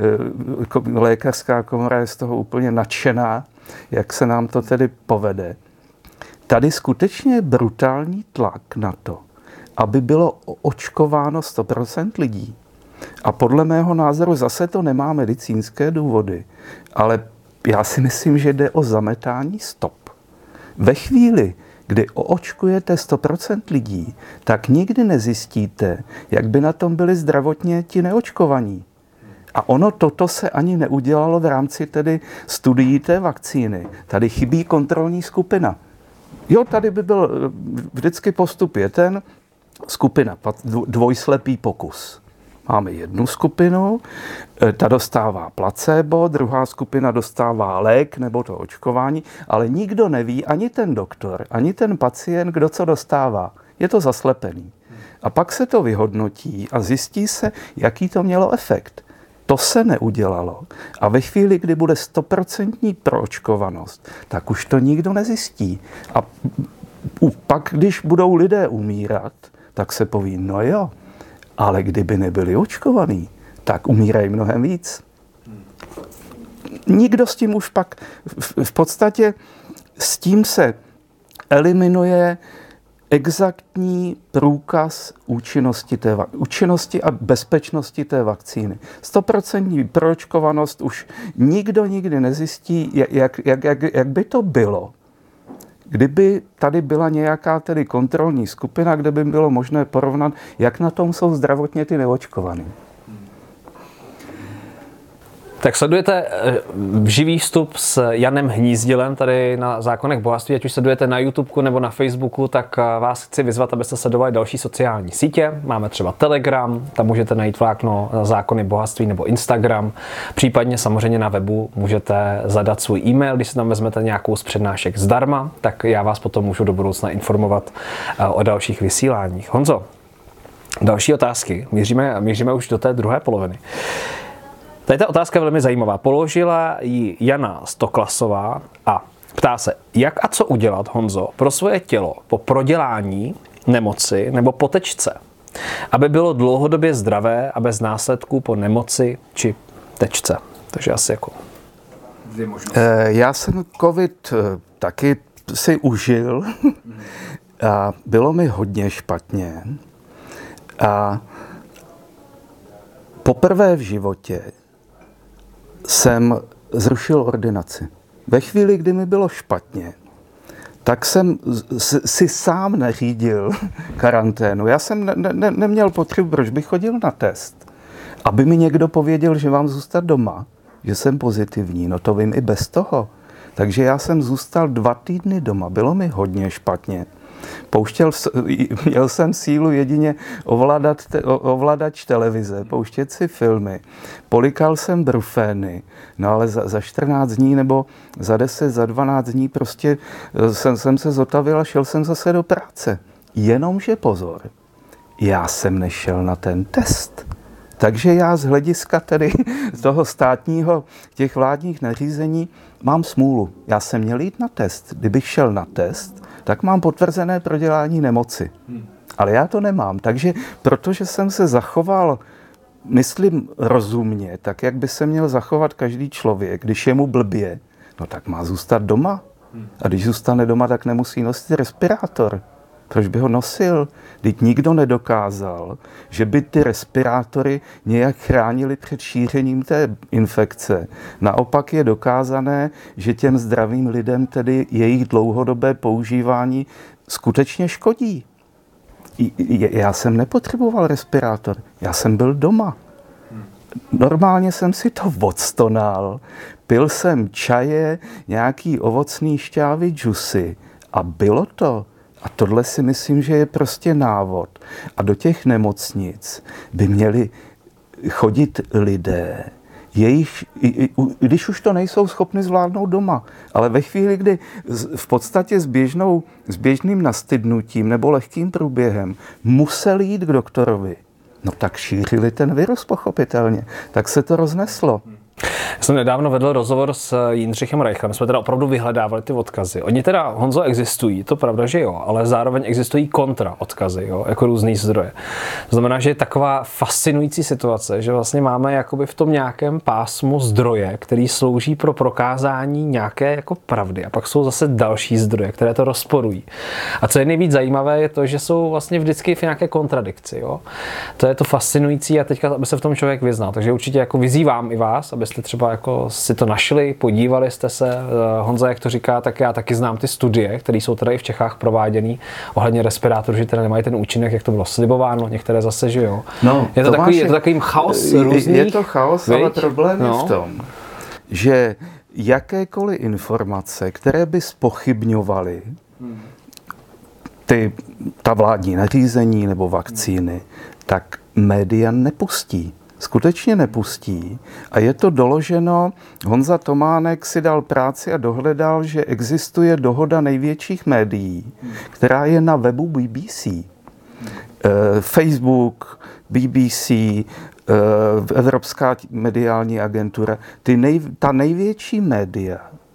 Lékařská komora je z toho úplně nadšená, jak se nám to tedy povede. Tady skutečně je brutální tlak na to, aby bylo očkováno sto procent lidí. A podle mého názoru zase to nemá medicínské důvody, ale já si myslím, že jde o zametání stop. Ve chvíli, kdy oočkujete sto procent lidí, tak nikdy nezjistíte, jak by na tom byli zdravotně ti neočkovaní. A ono toto se ani neudělalo v rámci tedy studií té vakcíny. Tady chybí kontrolní skupina. Jo, tady by byl vždycky postup je ten, skupina, dvojslepý pokus. Máme jednu skupinu, ta dostává placebo, druhá skupina dostává lék nebo to očkování, ale nikdo neví, ani ten doktor, ani ten pacient, kdo co dostává. Je to zaslepený. A pak se to vyhodnotí a zjistí se, jaký to mělo efekt. To se neudělalo. A ve chvíli, kdy bude stoprocentní proočkovanost, tak už to nikdo nezjistí. A Pak, když budou lidé umírat, tak se poví, no jo, ale kdyby nebyli očkovaní, tak umírají mnohem víc. Nikdo s tím už pak, v, v podstatě s tím se eliminuje exaktní průkaz účinnosti, té, účinnosti a bezpečnosti té vakcíny. Stoprocentní proočkovanost už nikdo nikdy nezjistí, jak, jak, jak, jak by to bylo, kdyby tady byla nějaká tedy kontrolní skupina, kde by bylo možné porovnat, jak na tom jsou zdravotně ty neočkovaní. Tak sledujete živý vstup s Janem Hnízdilem tady na Zákonech bohatství, ať už sledujete na YouTubeku nebo na Facebooku, tak vás chci vyzvat, abyste sledovali další sociální sítě. Máme třeba Telegram, tam můžete najít vlákno Zákony bohatství nebo Instagram. Případně samozřejmě na webu můžete zadat svůj e-mail, když si tam vezmete nějakou z přednášek zdarma, tak já vás potom můžu do budoucna informovat o dalších vysíláních. Honzo, další otázky. Míříme, míříme už do té druhé poloviny. Tady ta otázka je velmi zajímavá. Položila ji Jana Stoklasová a ptá se, jak a co udělat, Honzo, pro svoje tělo po prodělání nemoci nebo po tečce, aby bylo dlouhodobě zdravé a bez následků po nemoci či tečce. Takže asi jako dvě možnosti. Já jsem covid taky si užil a bylo mi hodně špatně. A poprvé v životě jsem zrušil ordinaci. Ve chvíli, kdy mi bylo špatně, tak jsem si sám neřídil karanténu. Já jsem ne, ne, neměl potřebu, proč bych chodil na test. Aby mi někdo pověděl, že mám zůstat doma, že jsem pozitivní, no to vím i bez toho. Takže já jsem zůstal dva týdny doma, bylo mi hodně špatně. Pouštěl, měl jsem sílu jedině ovládat te, ovladač televize, pouštět si filmy. Polikal jsem brufény, no ale za, za čtrnáct dní nebo za deset, za dvanáct dní prostě jsem, jsem se zotavil a šel jsem zase do práce. Jenomže pozor, já jsem nešel na ten test. Takže já z hlediska tedy toho státního, těch vládních nařízení mám smůlu. Já jsem měl jít na test. Kdybych šel na test, tak mám potvrzené prodělání nemoci. Ale já to nemám. Takže protože jsem se zachoval, myslím rozumně, tak jak by se měl zachovat každý člověk, když je mu blbě, no tak má zůstat doma. A když zůstane doma, tak nemusí nosit respirátor. Proč by ho nosil? Vždyť nikdo nedokázal, že by ty respirátory nějak chránili před šířením té infekce. Naopak je dokázané, že těm zdravým lidem tedy jejich dlouhodobé používání skutečně škodí. Já jsem nepotřeboval respirátor, já jsem byl doma. Normálně jsem si to odstonal, pil jsem čaje, nějaký ovocný šťávy, džusy a bylo to. A tohle si myslím, že je prostě návod. A do těch nemocnic by měli chodit lidé, jejich, když už to nejsou schopni zvládnout doma, ale ve chvíli, kdy v podstatě s, běžnou, s běžným nastydnutím nebo lehkým průběhem museli jít k doktorovi, no tak šířili ten virus pochopitelně. Tak se to rozneslo. Já jsem nedávno vedl rozhovor s Jindřichem Reichlem, jsme teda opravdu vyhledávali ty odkazy. Oni teda, Honzo, existují, to pravda, že jo, ale zároveň existují kontra odkazy, jo, jako různý zdroje. To znamená, že je taková fascinující situace, že vlastně máme jakoby v tom nějakém pásmu zdroje, který slouží pro prokázání nějaké jako pravdy. A pak jsou zase další zdroje, které to rozporují. A co je nejvíc zajímavé, je to, že jsou vlastně vždycky v nějaké kontradikci, jo. To je to fascinující a teďka, aby se v tom člověk vyznal. Takže určitě jako vyzývám i vás, abyste třeba jako si to našli, podívali jste se. Honza, jak to říká, tak já taky znám ty studie, které jsou tady v Čechách prováděny ohledně respirátorů, že teda nemají ten účinek, jak to bylo slibováno, některé zase, že jo. No, je to, to takový, máš, je to takový chaos různých. Je to chaos, viď? Ale problém no. je v tom, že jakékoliv informace, které by zpochybňovaly ty, ta vládní nařízení nebo vakcíny, tak média nepustí. Skutečně nepustí. A je to doloženo, Honza Tománek si dal práci a dohledal, že existuje dohoda největších médií, která je na webu B B C. Facebook, B B C, Evropská mediální agentura. Ty nej, ta největší média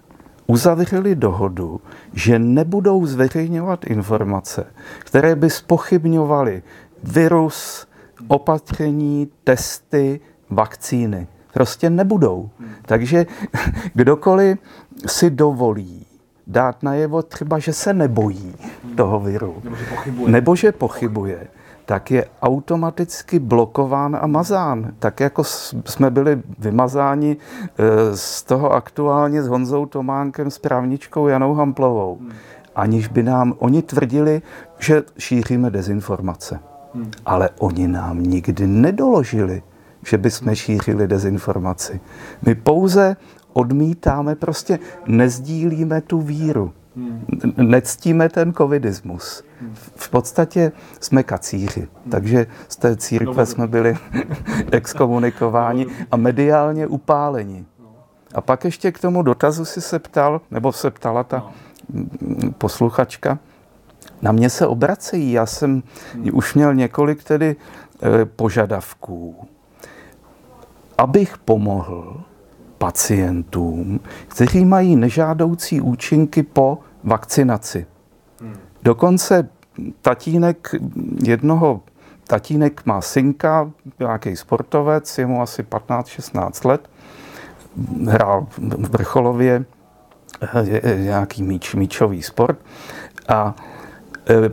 uzavřeli dohodu, že nebudou zveřejňovat informace, které by zpochybňovaly virus, opatření, testy, vakcíny. Prostě nebudou. Takže kdokoliv si dovolí dát najevo třeba, že se nebojí toho viru, nebo že pochybuje, nebo že pochybuje tak je automaticky blokován a mazán. Tak jako jsme byli vymazáni z toho aktuálně s Honzou Tománkem, s právničkou Janou Hamplovou. Hmm. Aniž by nám, oni tvrdili, že šíříme dezinformace. Hmm. Ale oni nám nikdy nedoložili, že bychom šířili dezinformaci. My pouze odmítáme, prostě nezdílíme tu víru. Hmm. Nectíme ten covidismus. V podstatě jsme kacíři, takže z té církve jsme byli exkomunikováni a mediálně upáleni. A pak ještě k tomu dotazu si se ptal, nebo se ptala ta posluchačka, na mě se obracejí. Já jsem už měl několik tedy požadavků, abych pomohl pacientům, kteří mají nežádoucí účinky po vakcinaci. Dokonce tatínek jednoho, tatínek má synka, nějaký sportovec, je mu asi patnáct šestnáct let, hrál v vrcholově nějaký míč, míčový sport a e,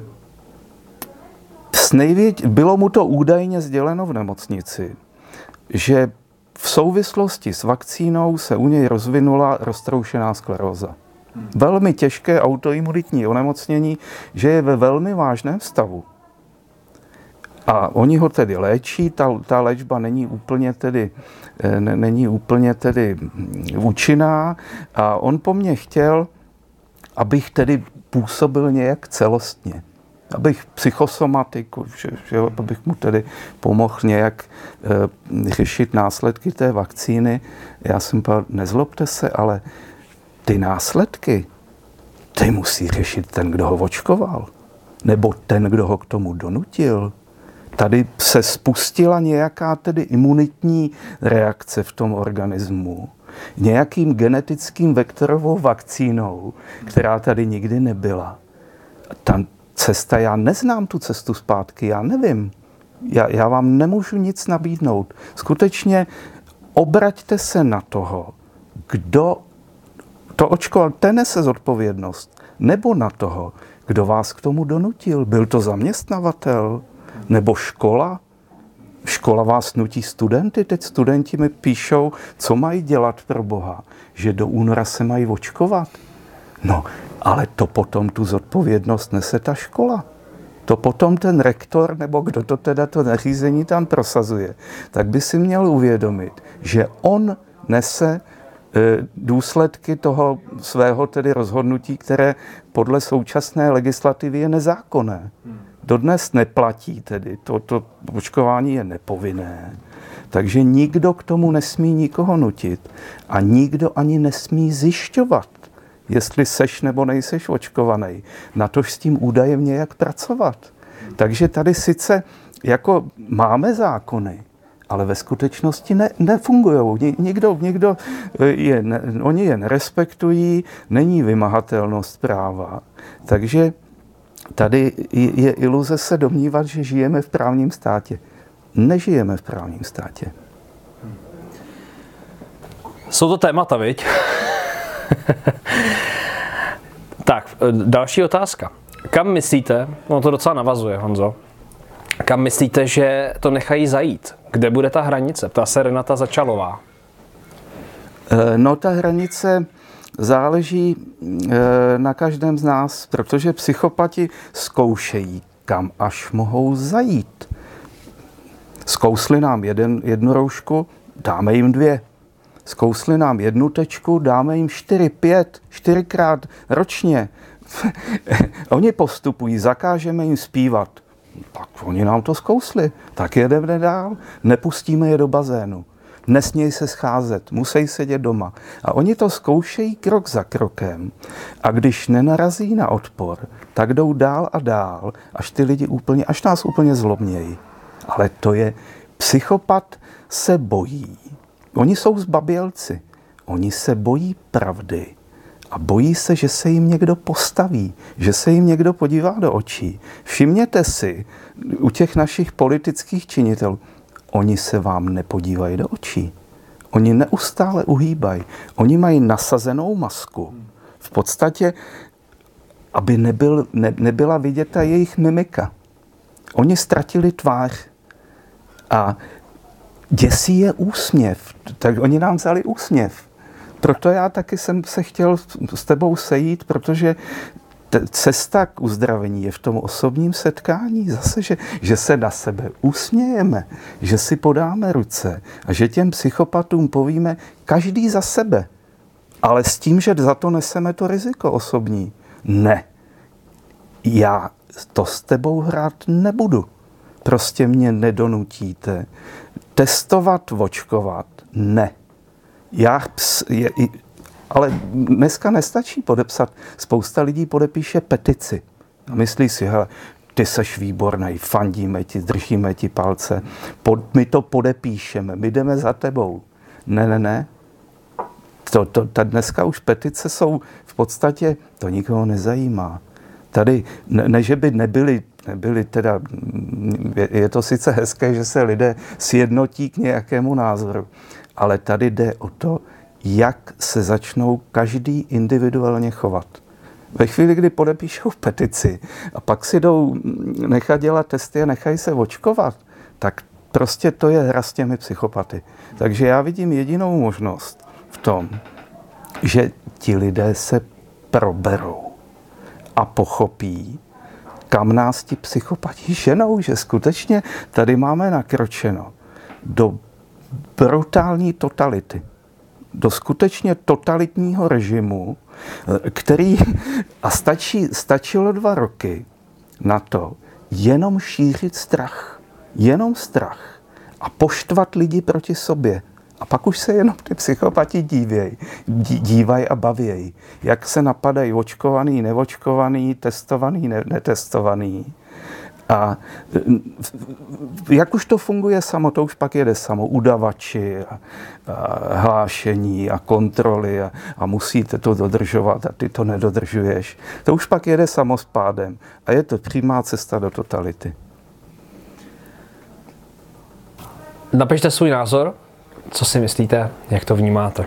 s největ, bylo mu to údajně sděleno v nemocnici, že v souvislosti s vakcínou se u něj rozvinula roztroušená skleróza. Velmi těžké autoimunitní onemocnění, že je ve velmi vážném stavu. A oni ho tedy léčí, ta, ta léčba není úplně tedy, ne, není úplně tedy účinná a on po mně chtěl, abych tedy působil nějak celostně. Abych psychosomatiku, že, že, abych mu tedy pomohl nějak e, řešit následky té vakcíny. Já jsem povedal, nezlobte se, ale ty následky, ty musí řešit ten, kdo ho očkoval. Nebo ten, kdo ho k tomu donutil. Tady se spustila nějaká tedy imunitní reakce v tom organismu. Nějakým genetickým vektorovou vakcínou, která tady nikdy nebyla. Ta cesta, já neznám tu cestu zpátky, já nevím. Já, já vám nemůžu nic nabídnout. Skutečně obraťte se na toho, kdo to očkoval, ten nese zodpovědnost. Nebo na toho, kdo vás k tomu donutil. Byl to zaměstnavatel? Nebo škola? Škola vás nutí studenty. Teď studenti mi píšou, co mají dělat pro Boha. Že do února se mají očkovat. No, ale to potom tu zodpovědnost nese ta škola. To potom ten rektor, nebo kdo to teda to nařízení tam prosazuje, tak by si měl uvědomit, že on nese důsledky toho svého tedy rozhodnutí, které podle současné legislativy je nezákonné. Dodnes neplatí tedy, to, to očkování je nepovinné. Takže nikdo k tomu nesmí nikoho nutit a nikdo ani nesmí zjišťovat, jestli seš nebo nejseš očkovaný. Natož s tím údajem nějak pracovat. Takže tady sice jako máme zákony, ale ve skutečnosti ne, nefungují. Nikdo, nikdo je, ne, oni je nerespektují, není vymahatelnost práva. Takže tady je iluze se domnívat, že žijeme v právním státě. Nežijeme v právním státě. Jsou to témata, viď? Tak, další otázka. Kam myslíte, no to docela navazuje, Honzo, kam myslíte, že to nechají zajít? Kde bude ta hranice? Ptá se Renata Začalová. No ta hranice záleží na každém z nás, protože psychopati zkoušejí, kam až mohou zajít. Zkousli nám jeden, jednu roušku, dáme jim dvě. Zkousli nám jednu tečku, dáme jim čtyři, pět, čtyřikrát ročně. Oni postupují, zakážeme jim zpívat. Tak oni nám to zkousli, tak jedeme dál, nepustíme je do bazénu. Nesmějí se scházet, musí sedět doma. A oni to zkoušejí krok za krokem. A když nenarazí na odpor, tak jdou dál a dál, až ty lidi úplně, až nás úplně zlobnějí. Ale to je, psychopat se bojí. Oni jsou zbabělci. Oni se bojí pravdy. a bojí se, že se jim někdo postaví, že se jim někdo podívá do očí. Všimněte si, u těch našich politických činitelů, oni se vám nepodívají do očí. Oni neustále uhýbají. Oni mají nasazenou masku. V podstatě, aby nebyl, ne, nebyla vidět ta jejich mimika. Oni ztratili tvář a děsí je úsměv. Tak oni nám vzali úsměv. Proto já taky jsem se chtěl s tebou sejít, protože cesta k uzdravení je v tom osobním setkání. Zase, že, že se na sebe usmějeme, že si podáme ruce a že těm psychopatům povíme každý za sebe. Ale s tím, že za to neseme to riziko osobní. Ne. Já to s tebou hrát nebudu. Prostě mě nedonutíte. Testovat, očkovat, ne. Já, je, ale dneska nestačí podepsat. Spousta lidí podepíše petici. A myslí si, hele, ty seš výborný, fandíme ti, držíme ti palce, pod, my to podepíšeme, my jdeme za tebou. Ne, ne, ne. To, to, ta dneska už petice jsou v podstatě, to nikoho nezajímá. Tady, ne, ne že by nebyly, nebyly teda, je, je to sice hezké, že se lidé sjednotí k nějakému názoru, ale tady jde o to, jak se začnou každý individuálně chovat. Ve chvíli, kdy podepíšou petici a pak si jdou nechat dělat testy a nechají se očkovat, tak prostě to je hra s těmi psychopaty. Takže já vidím jedinou možnost v tom, že ti lidé se proberou a pochopí, kam nás ti psychopati ženou, že skutečně tady máme nakročeno do brutální totality. Do skutečně totalitního režimu, který a stačí, stačilo dva roky na to jenom šířit strach. Jenom strach. A poštvat lidi proti sobě. A pak už se jenom ty psychopati dívěj, dívají a bavějí. Jak se napadají očkovaný, neočkovaný, testovaný, ne- netestovaný. A jak už to funguje samo, to už pak jede samo. Udavači a, a hlášení a kontroly a, a musíte to dodržovat a ty to nedodržuješ. To už pak jede samo s pádem. A je to přímá cesta do totality. Napište svůj názor, co si myslíte, jak to vnímáte.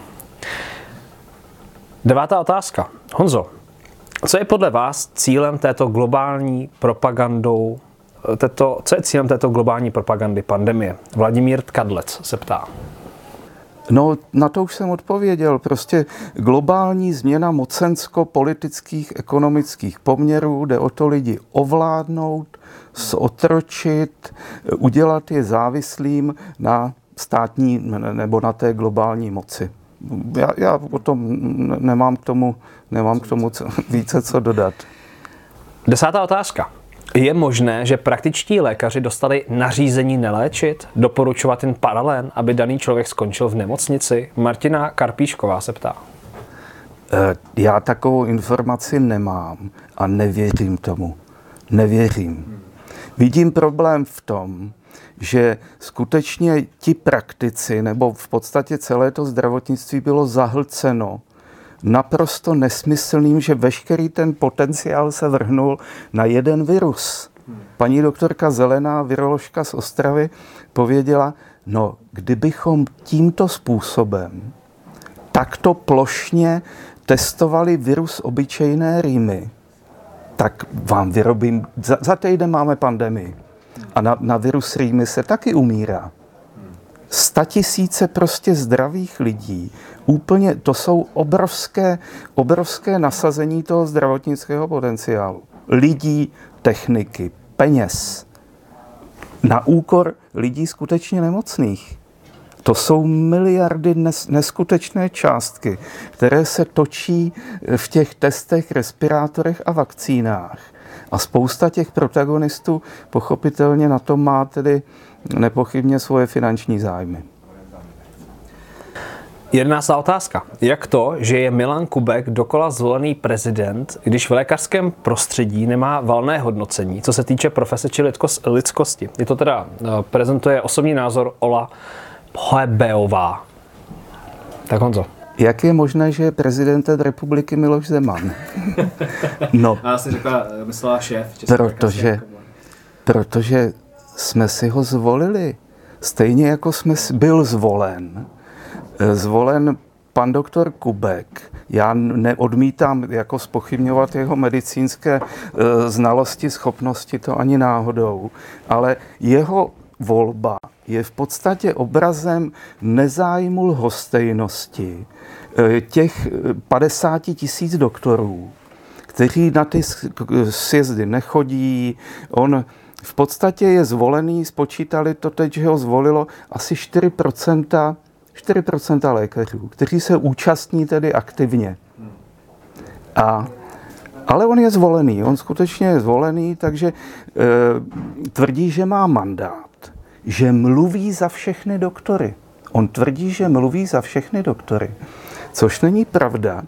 Devátá otázka. Honzo, co je podle vás cílem této globální propagandou, této, co je cílem této globální propagandy pandemie? Vladimír Tkadlec se ptá. No, na to už jsem odpověděl. Prostě globální změna mocensko-politických, ekonomických poměrů, jde o to lidi ovládnout, zotročit, udělat je závislým na státní nebo na té globální moci. Já, já o tom nemám k tomu, nemám k tomu co, více co dodat. Desátá otázka. Je možné, že praktičtí lékaři dostali nařízení neléčit, doporučovat jen paralen, aby daný člověk skončil v nemocnici? Martina Karpíšková se ptá. Já takovou informaci nemám a nevěřím tomu. Nevěřím. Vidím problém v tom, že skutečně ti praktici, nebo v podstatě celé to zdravotnictví bylo zahlceno naprosto nesmyslným, že veškerý ten potenciál se vrhnul na jeden virus. Paní doktorka Zelená, viroložka z Ostravy, pověděla, no, kdybychom tímto způsobem takto plošně testovali virus obyčejné rýmy, tak vám vyrobím, za, za týden máme pandemii. A na, na virus rýmy se taky umírá. Statisíce prostě zdravých lidí. Úplně, to jsou obrovské, obrovské nasazení toho zdravotnického potenciálu. Lidí, techniky, peněz. Na úkor lidí skutečně nemocných. To jsou miliardy nes, neskutečné částky, které se točí v těch testech, respirátorech a vakcínách. A spousta těch protagonistů pochopitelně na tom má tedy nepochybně svoje finanční zájmy. Jedenáctá otázka. Jak to, že je Milan Kubek dokola zvolený prezident, když v lékařském prostředí nemá valné hodnocení, co se týče profese či lidskosti? Je to teda, prezentuje osobní názor Ola Pohebejová. Tak Honzo. Jak je možné, že je prezidentem republiky Miloš Zeman? No, a asi řekla, myslela šéf České protože, protože jsme si ho zvolili. Stejně jako jsme byl zvolen. Zvolen pan doktor Kubek. Já neodmítám jako zpochybňovat jeho medicínské znalosti, schopnosti, to ani náhodou. Ale jeho volba je v podstatě obrazem nezájmu lhostejnosti těch padesáti tisíc doktorů, kteří na ty sjezdy nechodí. On v podstatě je zvolený, spočítali to teď, že ho zvolilo asi čtyři procenta, čtyři procenta lékařů, kteří se účastní tedy aktivně. A, ale on je zvolený, on skutečně je zvolený, takže e, tvrdí, že má mandát, že mluví za všechny doktory. On tvrdí, že mluví za všechny doktory, což není pravda.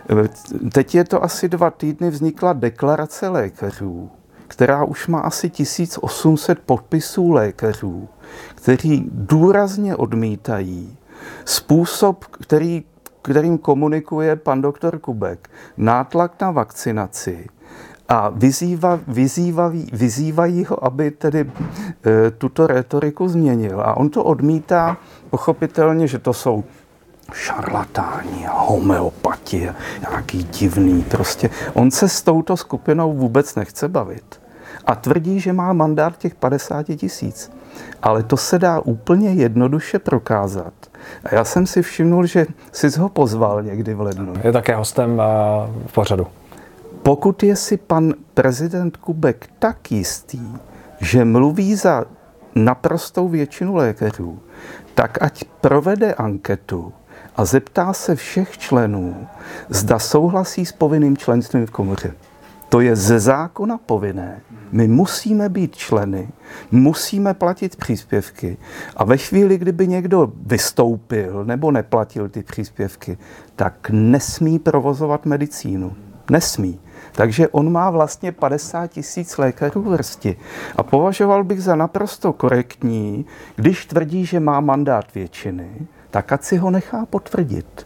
Teď je to asi dva týdny, vznikla deklarace lékařů, která už má asi tisíc osm set podpisů lékařů, kteří důrazně odmítají způsob, který, kterým komunikuje pan doktor Kubek, nátlak na vakcinaci a vyzýva, vyzývají, vyzývají ho, aby tedy e, tuto rétoriku změnil. A on to odmítá pochopitelně, že to jsou šarlatáni a homeopati, nějaký divný prostě. On se s touto skupinou vůbec nechce bavit. A tvrdí, že má mandát těch padesáti tisíc. Ale to se dá úplně jednoduše prokázat. A já jsem si všimnul, že jsi ho pozval někdy v lednu. Je také hostem v pořadu. Pokud je si pan prezident Kubek tak jistý, že mluví za naprostou většinu lékařů, tak ať provede anketu a zeptá se všech členů, zda souhlasí s povinným členstvím v komoře. To je ze zákona povinné. My musíme být členy, musíme platit příspěvky a ve chvíli, kdyby někdo vystoupil nebo neplatil ty příspěvky, tak nesmí provozovat medicínu. Nesmí. Takže on má vlastně padesát tisíc lékařů v hrsti. A považoval bych za naprosto korektní, když tvrdí, že má mandát většiny, tak ať si ho nechá potvrdit.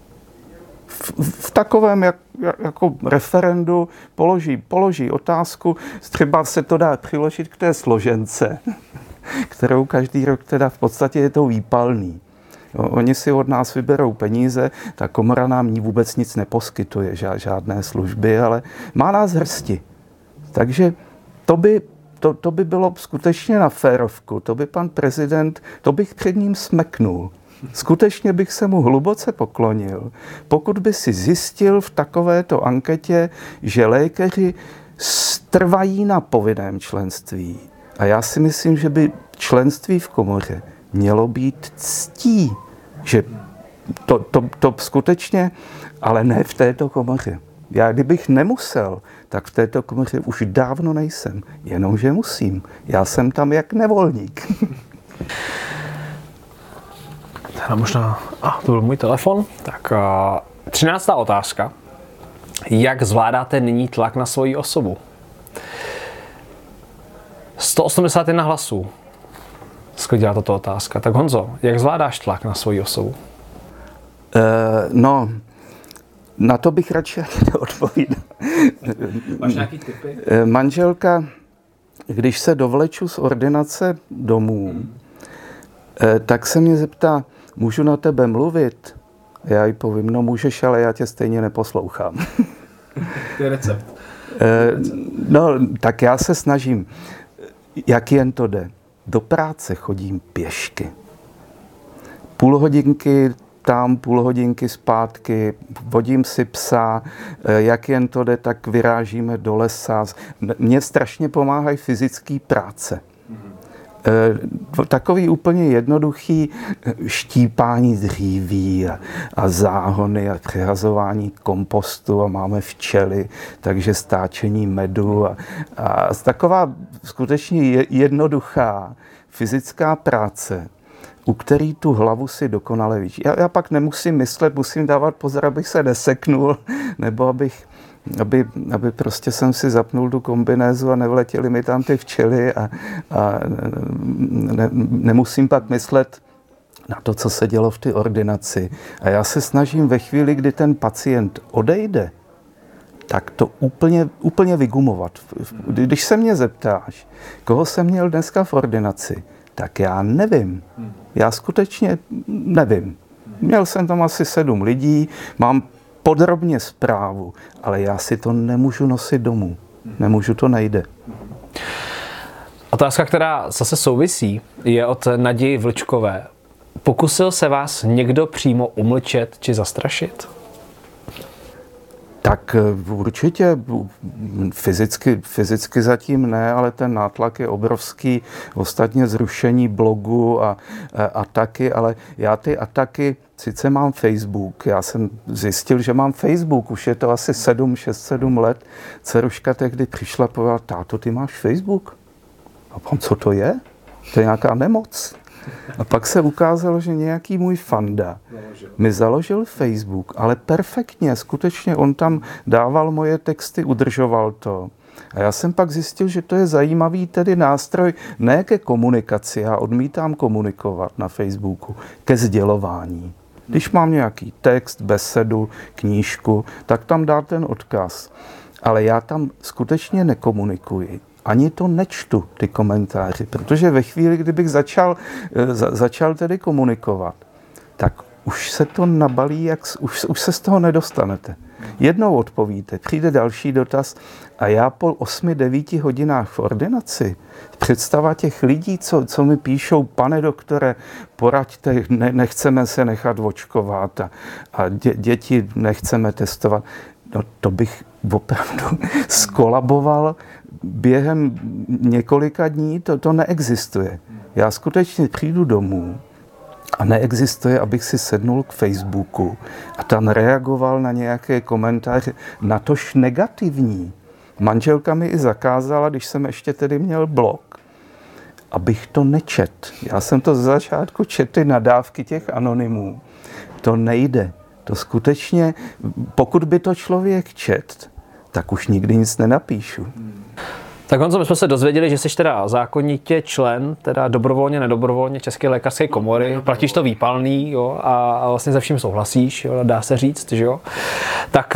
V, v takovém jak, jako referendu položí, položí otázku, třeba se to dá přiložit k té složence, kterou každý rok teda v podstatě je to výpalný. Oni si od nás vyberou peníze, ta komora nám ní vůbec nic neposkytuje, žádné služby, ale má nás hrsti. Takže to by, to, to by bylo skutečně na férovku, to by pan prezident, to bych před ním smeknul. Skutečně bych se mu hluboce poklonil, pokud by si zjistil v takovéto anketě, že lékaři trvají na povinném členství. A já si myslím, že by členství v komoře mělo být ctí, že to, to, to skutečně, ale ne v této komoře. Já kdybych nemusel, tak v této komoře už dávno nejsem, jenomže musím. Já jsem tam jak nevolník. A možná, a to byl můj telefon. Tak třináctá otázka. Jak zvládáte nyní tlak na svoji osobu? sto osmdesát jedna hlasů sklidila tato otázka. Tak Honzo, jak zvládáš tlak na svoji osobu? Uh, no, na to bych radši neodpovídal. Máš nějaký tipy? Manželka, když se dovleču z ordinace domů, hmm. tak se mě zeptá, můžu na tebe mluvit? Já jí povím, no můžeš, ale já tě stejně neposlouchám. To je recept. No, tak já se snažím, jak jen to jde. Do práce chodím pěšky. Půl hodinky tam, půl hodinky zpátky, vodím si psa, jak jen to jde, tak vyrážíme do lesa. Mně strašně pomáhají fyzické práce. Takový úplně jednoduchý štípání dříví a, a záhony a přehazování kompostu a máme včely, takže stáčení medu a, a taková skutečně jednoduchá fyzická práce, u který tu hlavu si dokonale víš. Já, já pak nemusím myslet, musím dávat pozor, abych se neseknul, nebo abych Aby, aby prostě jsem si zapnul tu kombinézu a nevletěly mi tam ty včely a, a ne, nemusím pak myslet, na to, co se dělo v té ordinaci. A já se snažím ve chvíli, kdy ten pacient odejde, tak to úplně, úplně vygumovat. Když se mě zeptáš, koho jsem měl dneska v ordinaci, tak já nevím. Já skutečně nevím. Měl jsem tam asi sedm lidí, mám podrobně zprávu, ale já si to nemůžu nosit domů. Nemůžu, to nejde. Otázka, která zase souvisí, je od Naději Vlčkové. Pokusil se vás někdo přímo umlčet či zastrašit? Tak určitě fyzicky, fyzicky zatím ne, ale ten nátlak je obrovský. Ostatně zrušení blogu a, a ataky, ale já ty ataky, sice mám Facebook, já jsem zjistil, že mám Facebook, už je to asi sedm, šest, sedm let. Dceruška tehdy přišla a povedala, táto, ty máš Facebook? A pan, co to je? To je nějaká nemoc. A pak se ukázalo, že nějaký můj fanda mi založil Facebook, ale perfektně, skutečně on tam dával moje texty, udržoval to. A já jsem pak zjistil, že to je zajímavý tedy nástroj ne ke komunikaci, já odmítám komunikovat na Facebooku, ke sdělování. Když mám nějaký text, besedu, knížku, tak tam dá ten odkaz. Ale já tam skutečně nekomunikuji. Ani to nečtu, ty komentáře, protože ve chvíli, kdybych začal, za, začal tedy komunikovat, tak už se to nabalí, jak, už, už se z toho nedostanete. Jednou odpovíte, přijde další dotaz a já po osmi, devíti hodinách v ordinaci, představa těch lidí, co, co mi píšou, pane doktore, poraďte, ne, nechceme se nechat očkovat a, a dě, děti nechceme testovat, no to bych opravdu skolaboval během několika dní, to, to neexistuje. Já skutečně přijdu domů a neexistuje, abych si sednul k Facebooku a tam reagoval na nějaké komentáře, natož negativní. Manželka mi i zakázala, když jsem ještě tedy měl blog, abych to nečet. Já jsem to z začátku četl, ty nadávky těch anonymů. To nejde. To skutečně, pokud by to člověk čet, tak už nikdy nic nenapíšu. Tak Honzo, my jsme se dozvěděli, že jsi teda zákonitě člen, teda dobrovolně, nedobrovolně České lékařské komory, platíš to výpalný, jo, a vlastně se vším souhlasíš, jo, dá se říct, že jo. Tak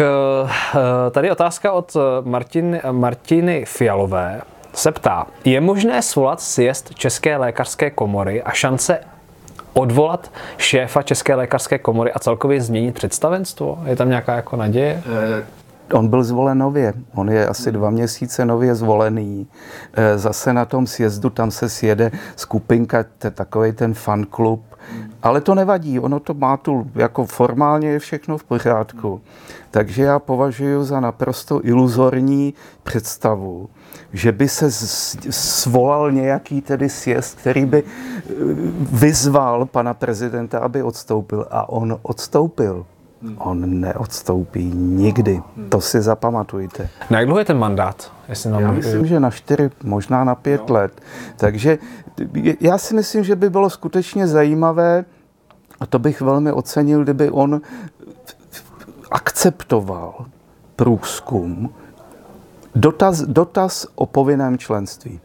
tady otázka od Martin, Martiny Fialové se ptá, je možné svolat sjezd České lékařské komory a šance odvolat šéfa České lékařské komory a celkově změnit představenstvo? Je tam nějaká jako naděje? On byl zvolen nově, on je asi dva měsíce nově zvolený. Zase na tom sjezdu, tam se sjede skupinka, takovej ten fanklub, ale to nevadí, ono to má tu, jako formálně je všechno v pořádku. Takže já považuji za naprosto iluzorní představu, že by se svolal nějaký tedy sjezd, který by vyzval pana prezidenta, aby odstoupil, a on odstoupil. On neodstoupí nikdy. To si zapamatujte. Na jak dlouho je ten mandát? Jestli nám... Já myslím, že na čtyři, možná na pět no. let. Takže já si myslím, že by bylo skutečně zajímavé, a to bych velmi ocenil, kdyby on akceptoval průzkum, dotaz, dotaz o povinném členství.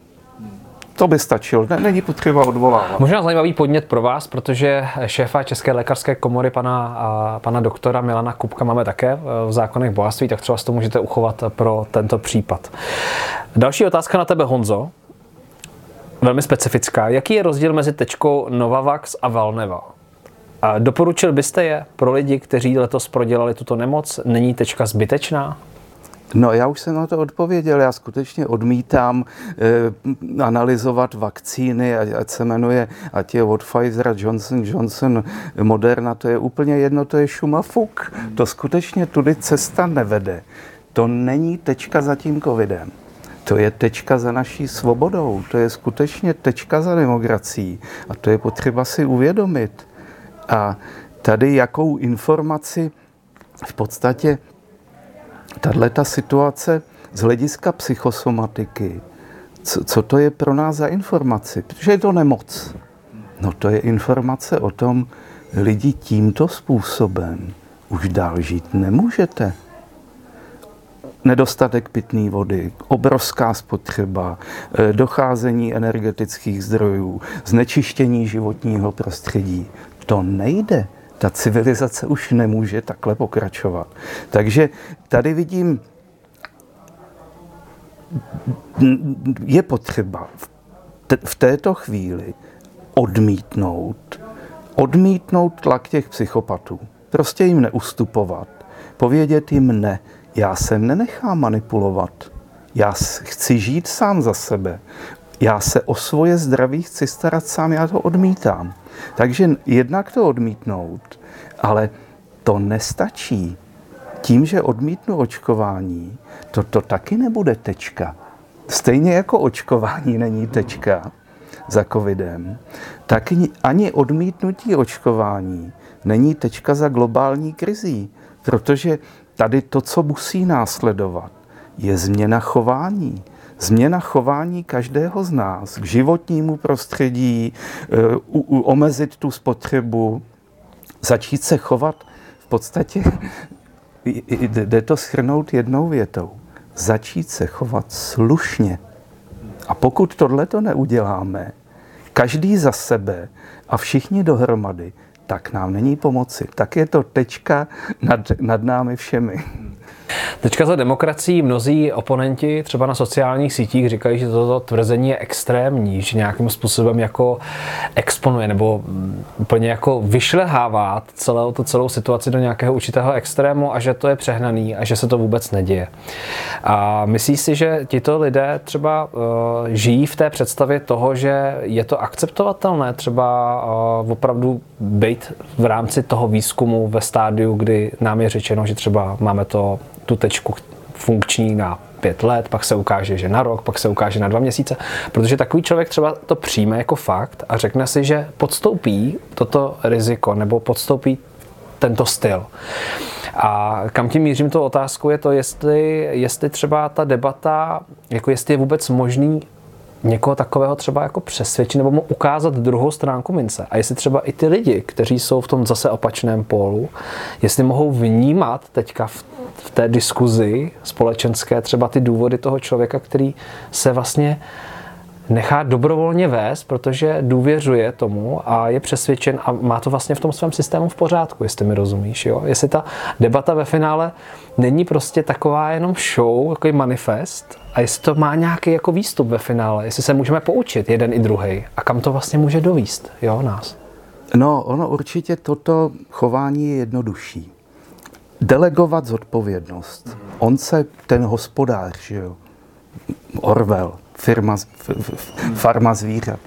To by stačilo, není potřeba odvolávat. Možná zajímavý podnět pro vás, protože šéfa České lékařské komory, pana, a, pana doktora Milana Kupka, máme také v zákonech bohatství, tak třeba si to můžete uchovat pro tento případ. Další otázka na tebe, Honzo. Velmi specifická. Jaký je rozdíl mezi tečkou Novavax a Valneva? A doporučil byste je pro lidi, kteří letos prodělali tuto nemoc? Není tečka zbytečná? No, já už jsem na to odpověděl. Já skutečně odmítám eh, analyzovat vakcíny, ať se jmenuje, ať je od Pfizer, Johnson Johnson, Moderna, to je úplně jedno, to je šum a fuk. To skutečně tudy cesta nevede. To není tečka za tím covidem. To je tečka za naší svobodou. To je skutečně tečka za demokracií. A to je potřeba si uvědomit. A tady jakou informaci v podstatě tato situace z hlediska psychosomatiky, co, co to je pro nás za informaci? Protože je to nemoc. No to je informace o tom, lidi tímto způsobem už dál žít nemůžete. nedostatek pitné vody, obrovská spotřeba, docházení energetických zdrojů, znečištění životního prostředí. To nejde. Ta civilizace už nemůže takhle pokračovat. Takže tady vidím, je potřeba v této chvíli odmítnout, odmítnout tlak těch psychopatů. Prostě jim neustupovat. Povědět jim ne. Já se nenechám manipulovat. Já chci žít sám za sebe. Já se o svoje zdraví chci starat sám, já to odmítám. Takže jednak to odmítnout, ale to nestačí. Tím, že odmítnu očkování, to, to taky nebude tečka. Stejně jako očkování není tečka za covidem, tak ani odmítnutí očkování není tečka za globální krizí, protože tady to, co musí následovat, je změna chování. Změna chování každého z nás k životnímu prostředí, u, u, omezit tu spotřebu, začít se chovat v podstatě, jde to shrnout jednou větou, začít se chovat slušně. A pokud tohleto neuděláme, každý za sebe a všichni dohromady, tak nám není pomoci. Tak je to tečka nad, nad námi všemi. Tečka za demokracií mnozí oponenti třeba na sociálních sítích říkají, že toto tvrzení je extrémní, že nějakým způsobem jako exponuje nebo úplně jako vyšlehává celou, to celou situaci do nějakého určitého extrému a že to je přehnaný a že se to vůbec neděje. A myslíš si, že tito lidé třeba uh, žijí v té představě toho, že je to akceptovatelné třeba uh, opravdu být v rámci toho výzkumu ve stádiu, kdy nám je řečeno, že třeba máme to tu tečku funkční na pět let, pak se ukáže, že na rok, pak se ukáže na dva měsíce, protože takový člověk třeba to přijme jako fakt a řekne si, že podstoupí toto riziko nebo podstoupí tento styl. A kam tím mířím tou otázku je to, jestli, jestli třeba ta debata, jako jestli je vůbec možný někoho takového třeba jako přesvědčit nebo mu ukázat druhou stránku mince. A jestli třeba i ty lidi, kteří jsou v tom zase opačném pólu, jestli mohou vnímat teďka v, v té diskuzi společenské třeba ty důvody toho člověka, který se vlastně nechá dobrovolně vést, protože důvěřuje tomu a je přesvědčen a má to vlastně v tom svém systému v pořádku, jestli mi rozumíš. Jo? Jestli ta debata ve finále není prostě taková jenom show, takový manifest, a jestli to má nějaký jako výstup ve finále, jestli se můžeme poučit jeden i druhej a kam to vlastně může dovést, jo, nás. No, ono určitě toto chování je jednodušší. Delegovat zodpovědnost. On se, ten hospodář, jo, Orwell, firma, f, f, farma zvířat.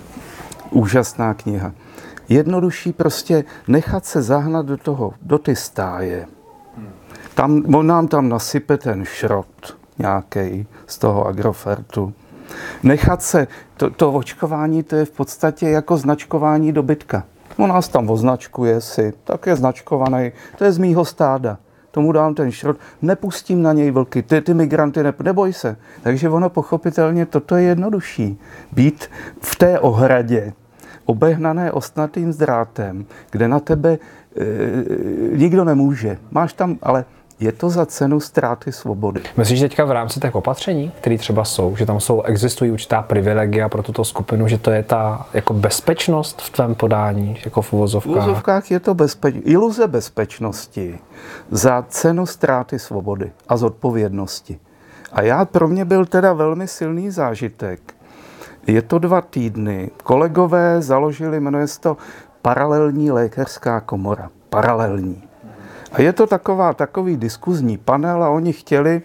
Úžasná kniha. Jednodušší prostě nechat se zahnat do toho, do ty stáje. Tam, on nám tam nasype ten šrot nějaký z toho Agrofertu. Nechat se, to, to očkování, to je v podstatě jako značkování dobytka. On nás tam označkuje si, tak je značkovaný, to je z mýho stáda. Tomu dám ten šrot, nepustím na něj vlky, ty, ty migranty, ne, neboj se. Takže ono pochopitelně, toto je jednodušší. Být v té ohradě, obehnané ostnatým zdrátem, kde na tebe e, nikdo nemůže. Máš tam, ale je to za cenu ztráty svobody. Myslíš teďka v rámci těch opatření, které třeba jsou, že tam jsou, existují určitá privilegia pro tuto skupinu, že to je ta jako bezpečnost v tvém podání, jako v uvozovkách? V uvozovkách je to bezpeč... iluze bezpečnosti za cenu ztráty svobody a zodpovědnosti. A já, pro mě byl teda velmi silný zážitek. Je to dva týdny. Kolegové založili, jmenuje se to Paralelní lékařská komora. Paralelní. A je to taková, takový diskuzní panel a oni chtěli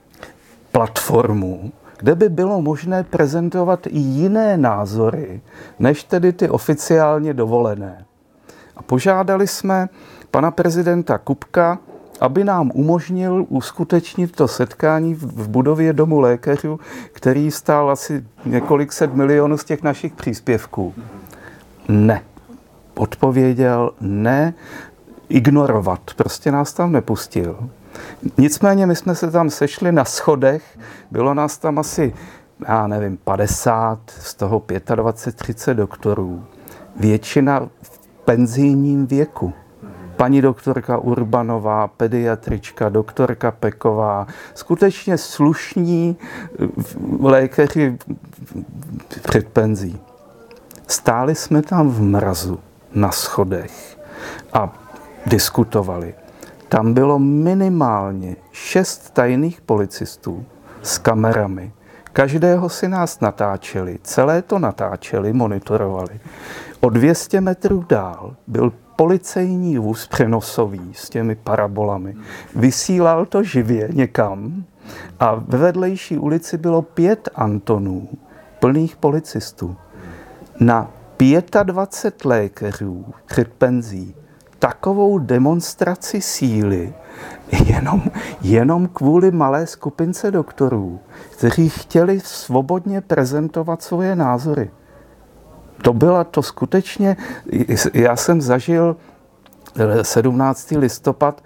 platformu, kde by bylo možné prezentovat i jiné názory, než tedy ty oficiálně dovolené. A požádali jsme pana prezidenta Kupka, aby nám umožnil uskutečnit to setkání v budově Domu lékařů, který stál asi několik set milionů z těch našich příspěvků. Ne. Odpověděl ne, ignorovat. Prostě nás tam nepustil. Nicméně my jsme se tam sešli na schodech, bylo nás tam asi, já nevím, padesát, z toho dvacet pět třicet doktorů. Většina v penzijním věku. paní doktorka Urbanová, pediatrička, doktorka Peková, skutečně slušní lékaři před penzí. Stáli jsme tam v mrazu na schodech a diskutovali. Tam bylo minimálně šest tajných policistů s kamerami. Každého si nás natáčeli, celé to natáčeli, monitorovali. O dvě stě metrů dál byl policejní vůz přenosový s těmi parabolami. Vysílal to živě někam a ve vedlejší ulici bylo pět Antonů plných policistů. Na dvacet pět lékařů před penzí takovou demonstraci síly jenom, jenom kvůli malé skupince doktorů, kteří chtěli svobodně prezentovat svoje názory. To byla to skutečně, já jsem zažil sedmnáctého listopad,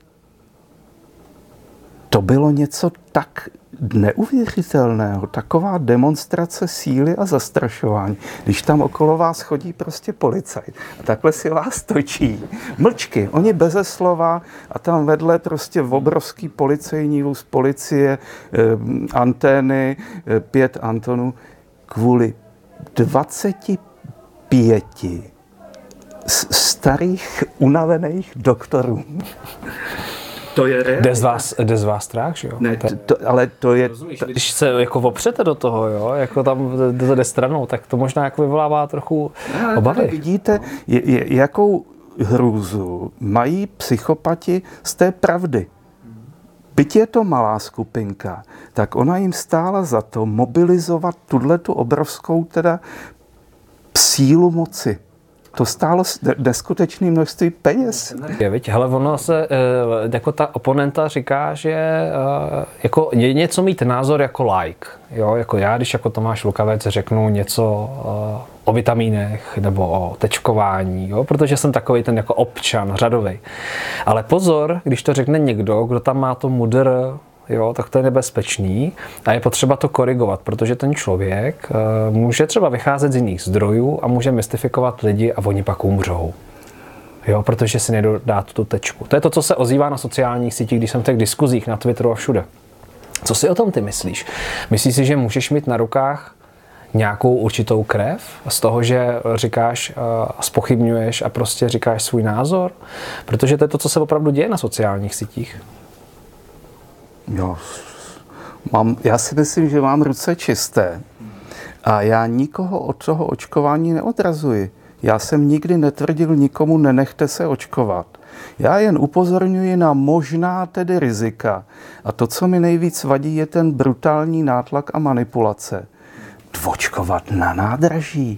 to bylo něco tak neuvěřitelného, taková demonstrace síly a zastrašování. Když tam okolo vás chodí prostě policajt a takhle si vás točí, mlčky, oni beze slova a tam vedle prostě obrovský policejní vůz policie, eh, antény, eh, pět Antonů, kvůli dvaceti pěti starých unavených doktorů. To je realita. Jde z vás, jde z vás strach, že jo? Ne, to, to, ale to je... Rozumíš, když se jako opřete do toho, jo, jako tam to jde stranou, tak to možná jako vyvolává trochu no, obavy. Vidíte, je, je, jakou hrůzu mají psychopati z té pravdy. Byť je to malá skupinka, tak ona jim stála za to mobilizovat tuhletu obrovskou teda sílu moci. To stálo neskutečné množství peněz. Je, viď? Hele, ono se, jako ta oponenta říká, že jako je něco mít názor jako like. Jo? Jako já, když jako Tomáš Lukavec řeknu něco o vitamínech nebo o tečkování, jo? Protože jsem takový ten jako občan řadový. Ale pozor, když to řekne někdo, kdo tam má to mudr, jo, tak to je nebezpečný a je potřeba to korigovat, protože ten člověk uh, může třeba vycházet z jiných zdrojů a může mystifikovat lidi a oni pak umřou. Jo, protože si nejdou dát tu tečku. To je to, co se ozývá na sociálních sítích, když jsem v těch diskuzích na Twitteru a všude. Co si o tom ty myslíš? Myslíš si, že můžeš mít na rukách nějakou určitou krev z toho, že říkáš, uh, zpochybňuješ a prostě říkáš svůj názor? Protože to je to, co se opravdu děje na sociálních sítích. Jo, mám, já si myslím, že mám ruce čisté a já nikoho od toho očkování neodrazuji. Já jsem nikdy netvrdil nikomu, nenechte se očkovat. Já jen upozorňuji na možná tedy rizika. A to, co mi nejvíc vadí, je ten brutální nátlak a manipulace. Očkovat na nádraží.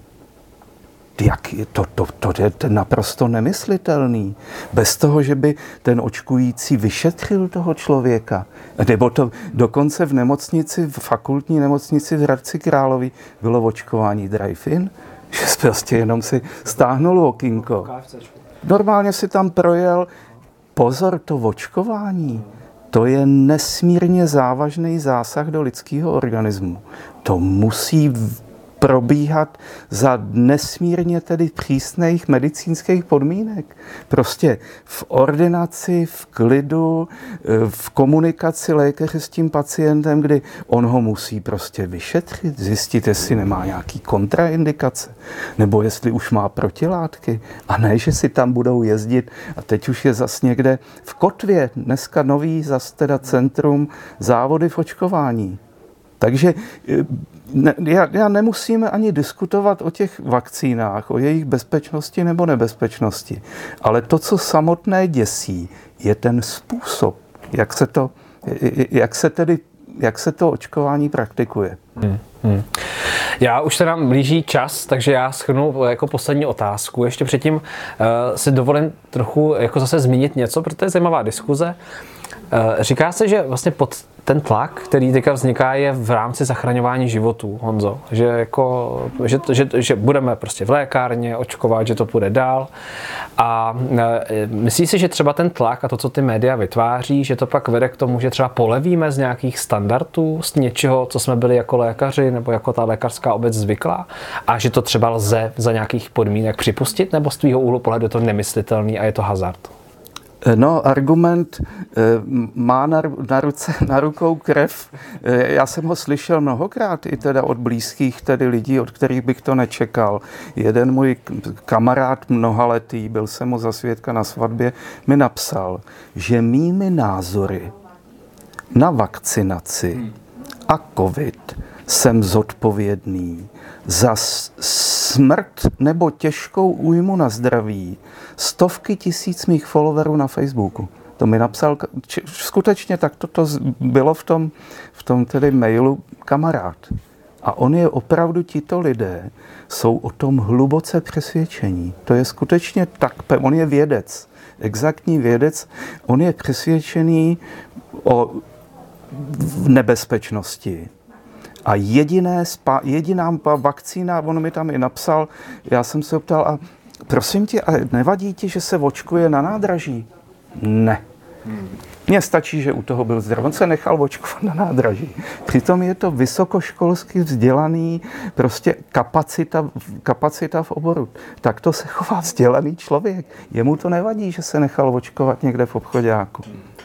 Jak je to, to, to je naprosto nemyslitelný. Bez toho, že by ten očkující vyšetřil toho člověka. Nebo to dokonce v nemocnici, v fakultní nemocnici v Hradci Králové bylo očkování drive-in, že prostě jenom si stáhnul okýnko. Normálně si tam projel. Pozor, to očkování, to je nesmírně závažný zásah do lidského organismu. To musí probíhat za nesmírně tedy přísných medicínských podmínek. Prostě v ordinaci, v klidu, v komunikaci lékaře s tím pacientem, kdy on ho musí prostě vyšetřit, zjistit, jestli nemá nějaký kontraindikace, nebo jestli už má protilátky. A ne, že si tam budou jezdit. A teď už je zas někde v Kotvě, dneska nový zas teda centrum závody v očkování. Takže ne, já, já nemusíme ani diskutovat o těch vakcínách, o jejich bezpečnosti nebo nebezpečnosti. Ale to, co samotné děsí, je ten způsob, jak se to, jak se tedy, jak se to očkování praktikuje. Hmm, hmm. Já už se nám blíží čas, takže já shrnu jako poslední otázku. Ještě předtím uh, si dovolím trochu jako zase zmínit něco, protože to je zajímavá diskuze. Uh, říká se, že vlastně pod ten tlak, který teďka vzniká, je v rámci zachraňování životů, Honzo. Že, jako, že, že, že budeme prostě v lékárně očkovat, že to půjde dál. A e, myslíš si, že třeba ten tlak a to, co ty média vytváří, že to pak vede k tomu, že třeba polevíme z nějakých standardů, z něčeho, co jsme byli jako lékaři nebo jako ta lékařská obec zvyklá, a že to třeba lze za nějakých podmínek připustit, nebo z tvýho úhlu pohledu je to nemyslitelný a je to hazard? No, argument má na, na, ruce, na rukou krev. Já jsem ho slyšel mnohokrát i teda od blízkých tedy lidí, od kterých bych to nečekal. Jeden můj kamarád mnohaletý, byl jsem mu za svědka na svatbě, mi napsal, že mými názory na vakcinaci a covid jsem zodpovědný za smrt nebo těžkou újmu na zdraví stovky tisíc mých followerů na Facebooku. To mi napsal, skutečně tak to bylo v tom, v tom tedy mailu kamarád. A on je opravdu, tito lidé jsou o tom hluboce přesvědčení. To je skutečně tak, on je vědec, exaktní vědec, on je přesvědčený o nebezpečnosti. A jediné, jediná vakcína, on mi tam i napsal, já jsem se optal, a prosím tě, a nevadí ti, že se očkuje na nádraží? Ne. Mně stačí, že u toho byl zdravý. On se nechal očkovat na nádraží. Přitom je to vysokoškolsky vzdělaný, prostě kapacita, kapacita v oboru. Tak to se chová vzdělaný člověk. Jemu to nevadí, že se nechal očkovat někde v obchoďáku.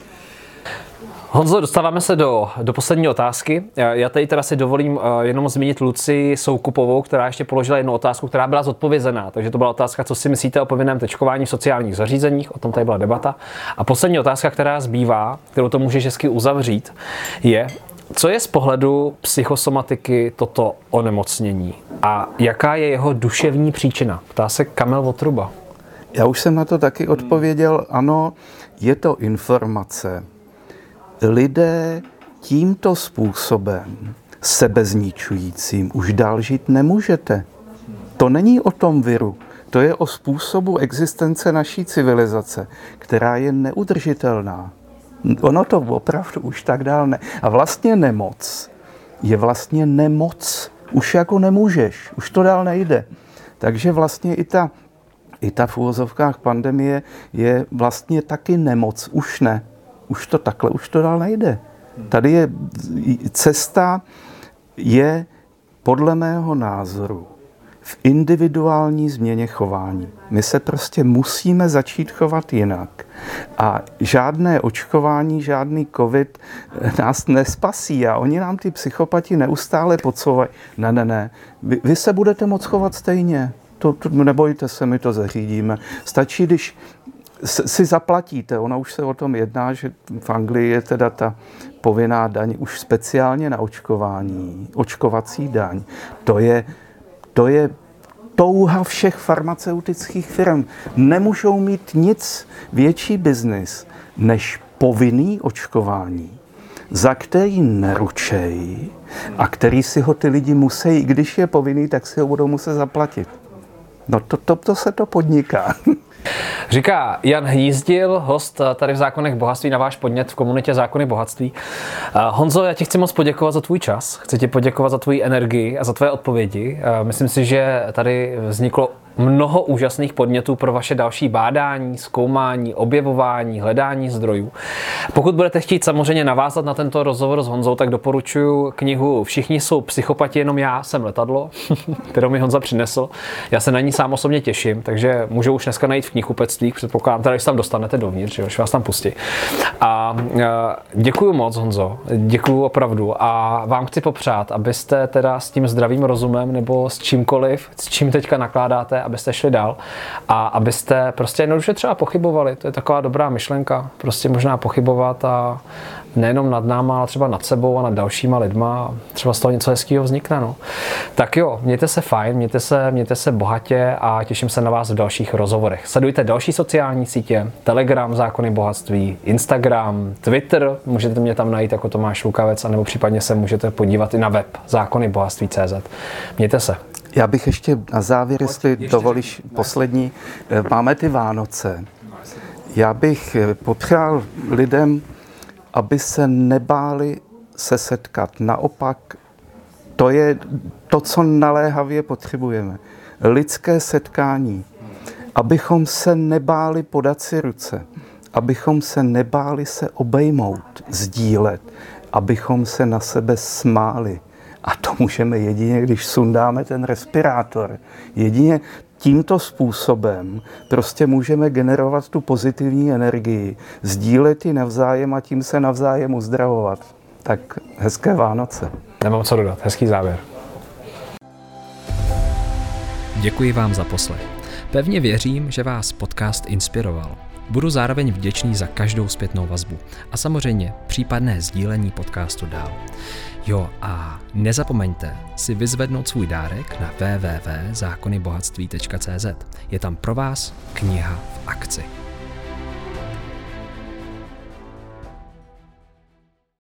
Honzo, dostáváme se do, do poslední otázky. Já tady teda si dovolím jenom zmínit Lucii Soukupovou, která ještě položila jednu otázku, která byla zodpovězená. Takže to byla otázka, co si myslíte o povinném tečkování v sociálních zařízeních, o tom tady byla debata. A poslední otázka, která zbývá, kterou to můžeš hezky uzavřít, je, co je z pohledu psychosomatiky toto onemocnění a jaká je jeho duševní příčina? Ptá se Kamil Votruba. Já už jsem na to taky odpověděl, ano, je to informace. Lidé tímto způsobem sebezničujícím už dál žít nemůžete. To není o tom viru, to je o způsobu existence naší civilizace, která je neudržitelná. Ono to opravdu už tak dál ne. A vlastně nemoc je vlastně nemoc. Už jako nemůžeš, už to dál nejde. Takže vlastně i ta, i ta v uvozovkách pandemie je vlastně taky nemoc, už ne. Už to takhle, už to dál nejde. Tady je cesta, je podle mého názoru v individuální změně chování. My se prostě musíme začít chovat jinak. A žádné očkování, žádný covid nás nespasí. A oni nám ty psychopati neustále podsouvají. Ne, ne, ne. Vy, vy se budete moct chovat stejně. To, to, nebojte se, my to zařídíme. Stačí, když si zaplatíte. Ona už se o tom jedná, že v Anglii je teda ta povinná daň už speciálně na očkování. Očkovací daň. To je, to je touha všech farmaceutických firm. Nemůžou mít nic větší biznis než povinný očkování, za který neručejí a který si ho ty lidi musí, když je povinný, tak si ho budou muset zaplatit. No to, to, to se to podniká. Říká Jan Hnízdil, host tady v Zákonech bohatství, na váš podnět v komunitě Zákony bohatství. Honzo, já ti chci moc poděkovat za tvůj čas, chci ti poděkovat za tvoji energii a za tvoje odpovědi. Myslím si, že tady vzniklo mnoho úžasných podnětů pro vaše další bádání, zkoumání, objevování, hledání zdrojů. Pokud budete chtít samozřejmě navázat na tento rozhovor s Honzou, tak doporučuji knihu Všichni jsou psychopati, jenom já jsem letadlo, kterou mi Honza přinesl. Já se na ní sám osobně těším, takže můžu už dneska najít v knihkupectví, předpokládám, teda, když se tam dostanete dovnitř, že vás tam pustí. A děkuju moc, Honzo, děkuju opravdu a vám chci popřát, abyste teda s tím zdravým rozumem nebo s čímkoliv, s čím teďka nakládáte, abyste šli dál a abyste prostě jednoduše třeba pochybovali. To je taková dobrá myšlenka. Prostě možná pochybovat a nejenom nad náma, ale třeba nad sebou a nad dalšíma lidma. Třeba z toho něco hezkého vznikne. No. Tak jo, mějte se fajn, mějte se, mějte se bohatě a těším se na vás v dalších rozhovorech. Sledujte další sociální sítě, Telegram Zákony bohatství, Instagram, Twitter, můžete mě tam najít jako Tomáš Lukavec, anebo případně se můžete podívat i na web zákony bohatství tečka cé zet. Mějte se. Já bych ještě na závěr, jestli dovolíš poslední, máme ty Vánoce. Já bych popřál lidem, aby se nebáli se setkat. Naopak, to je to, co naléhavě potřebujeme. Lidské setkání. Abychom se nebáli podat si ruce. Abychom se nebáli se obejmout, sdílet. Abychom se na sebe smáli. A to můžeme jedině, když sundáme ten respirátor. Jedině tímto způsobem prostě můžeme generovat tu pozitivní energii, sdílet ji navzájem a tím se navzájem uzdravovat. Tak hezké Vánoce. Nemám co dodat, hezký závěr. Děkuji vám za poslech. Pevně věřím, že vás podcast inspiroval. Budu zároveň vděčný za každou zpětnou vazbu a samozřejmě případné sdílení podcastu dál. Jo a nezapomeňte si vyzvednout svůj dárek na w w w tečka zákony bohatství tečka c z. Je tam pro vás kniha v akci.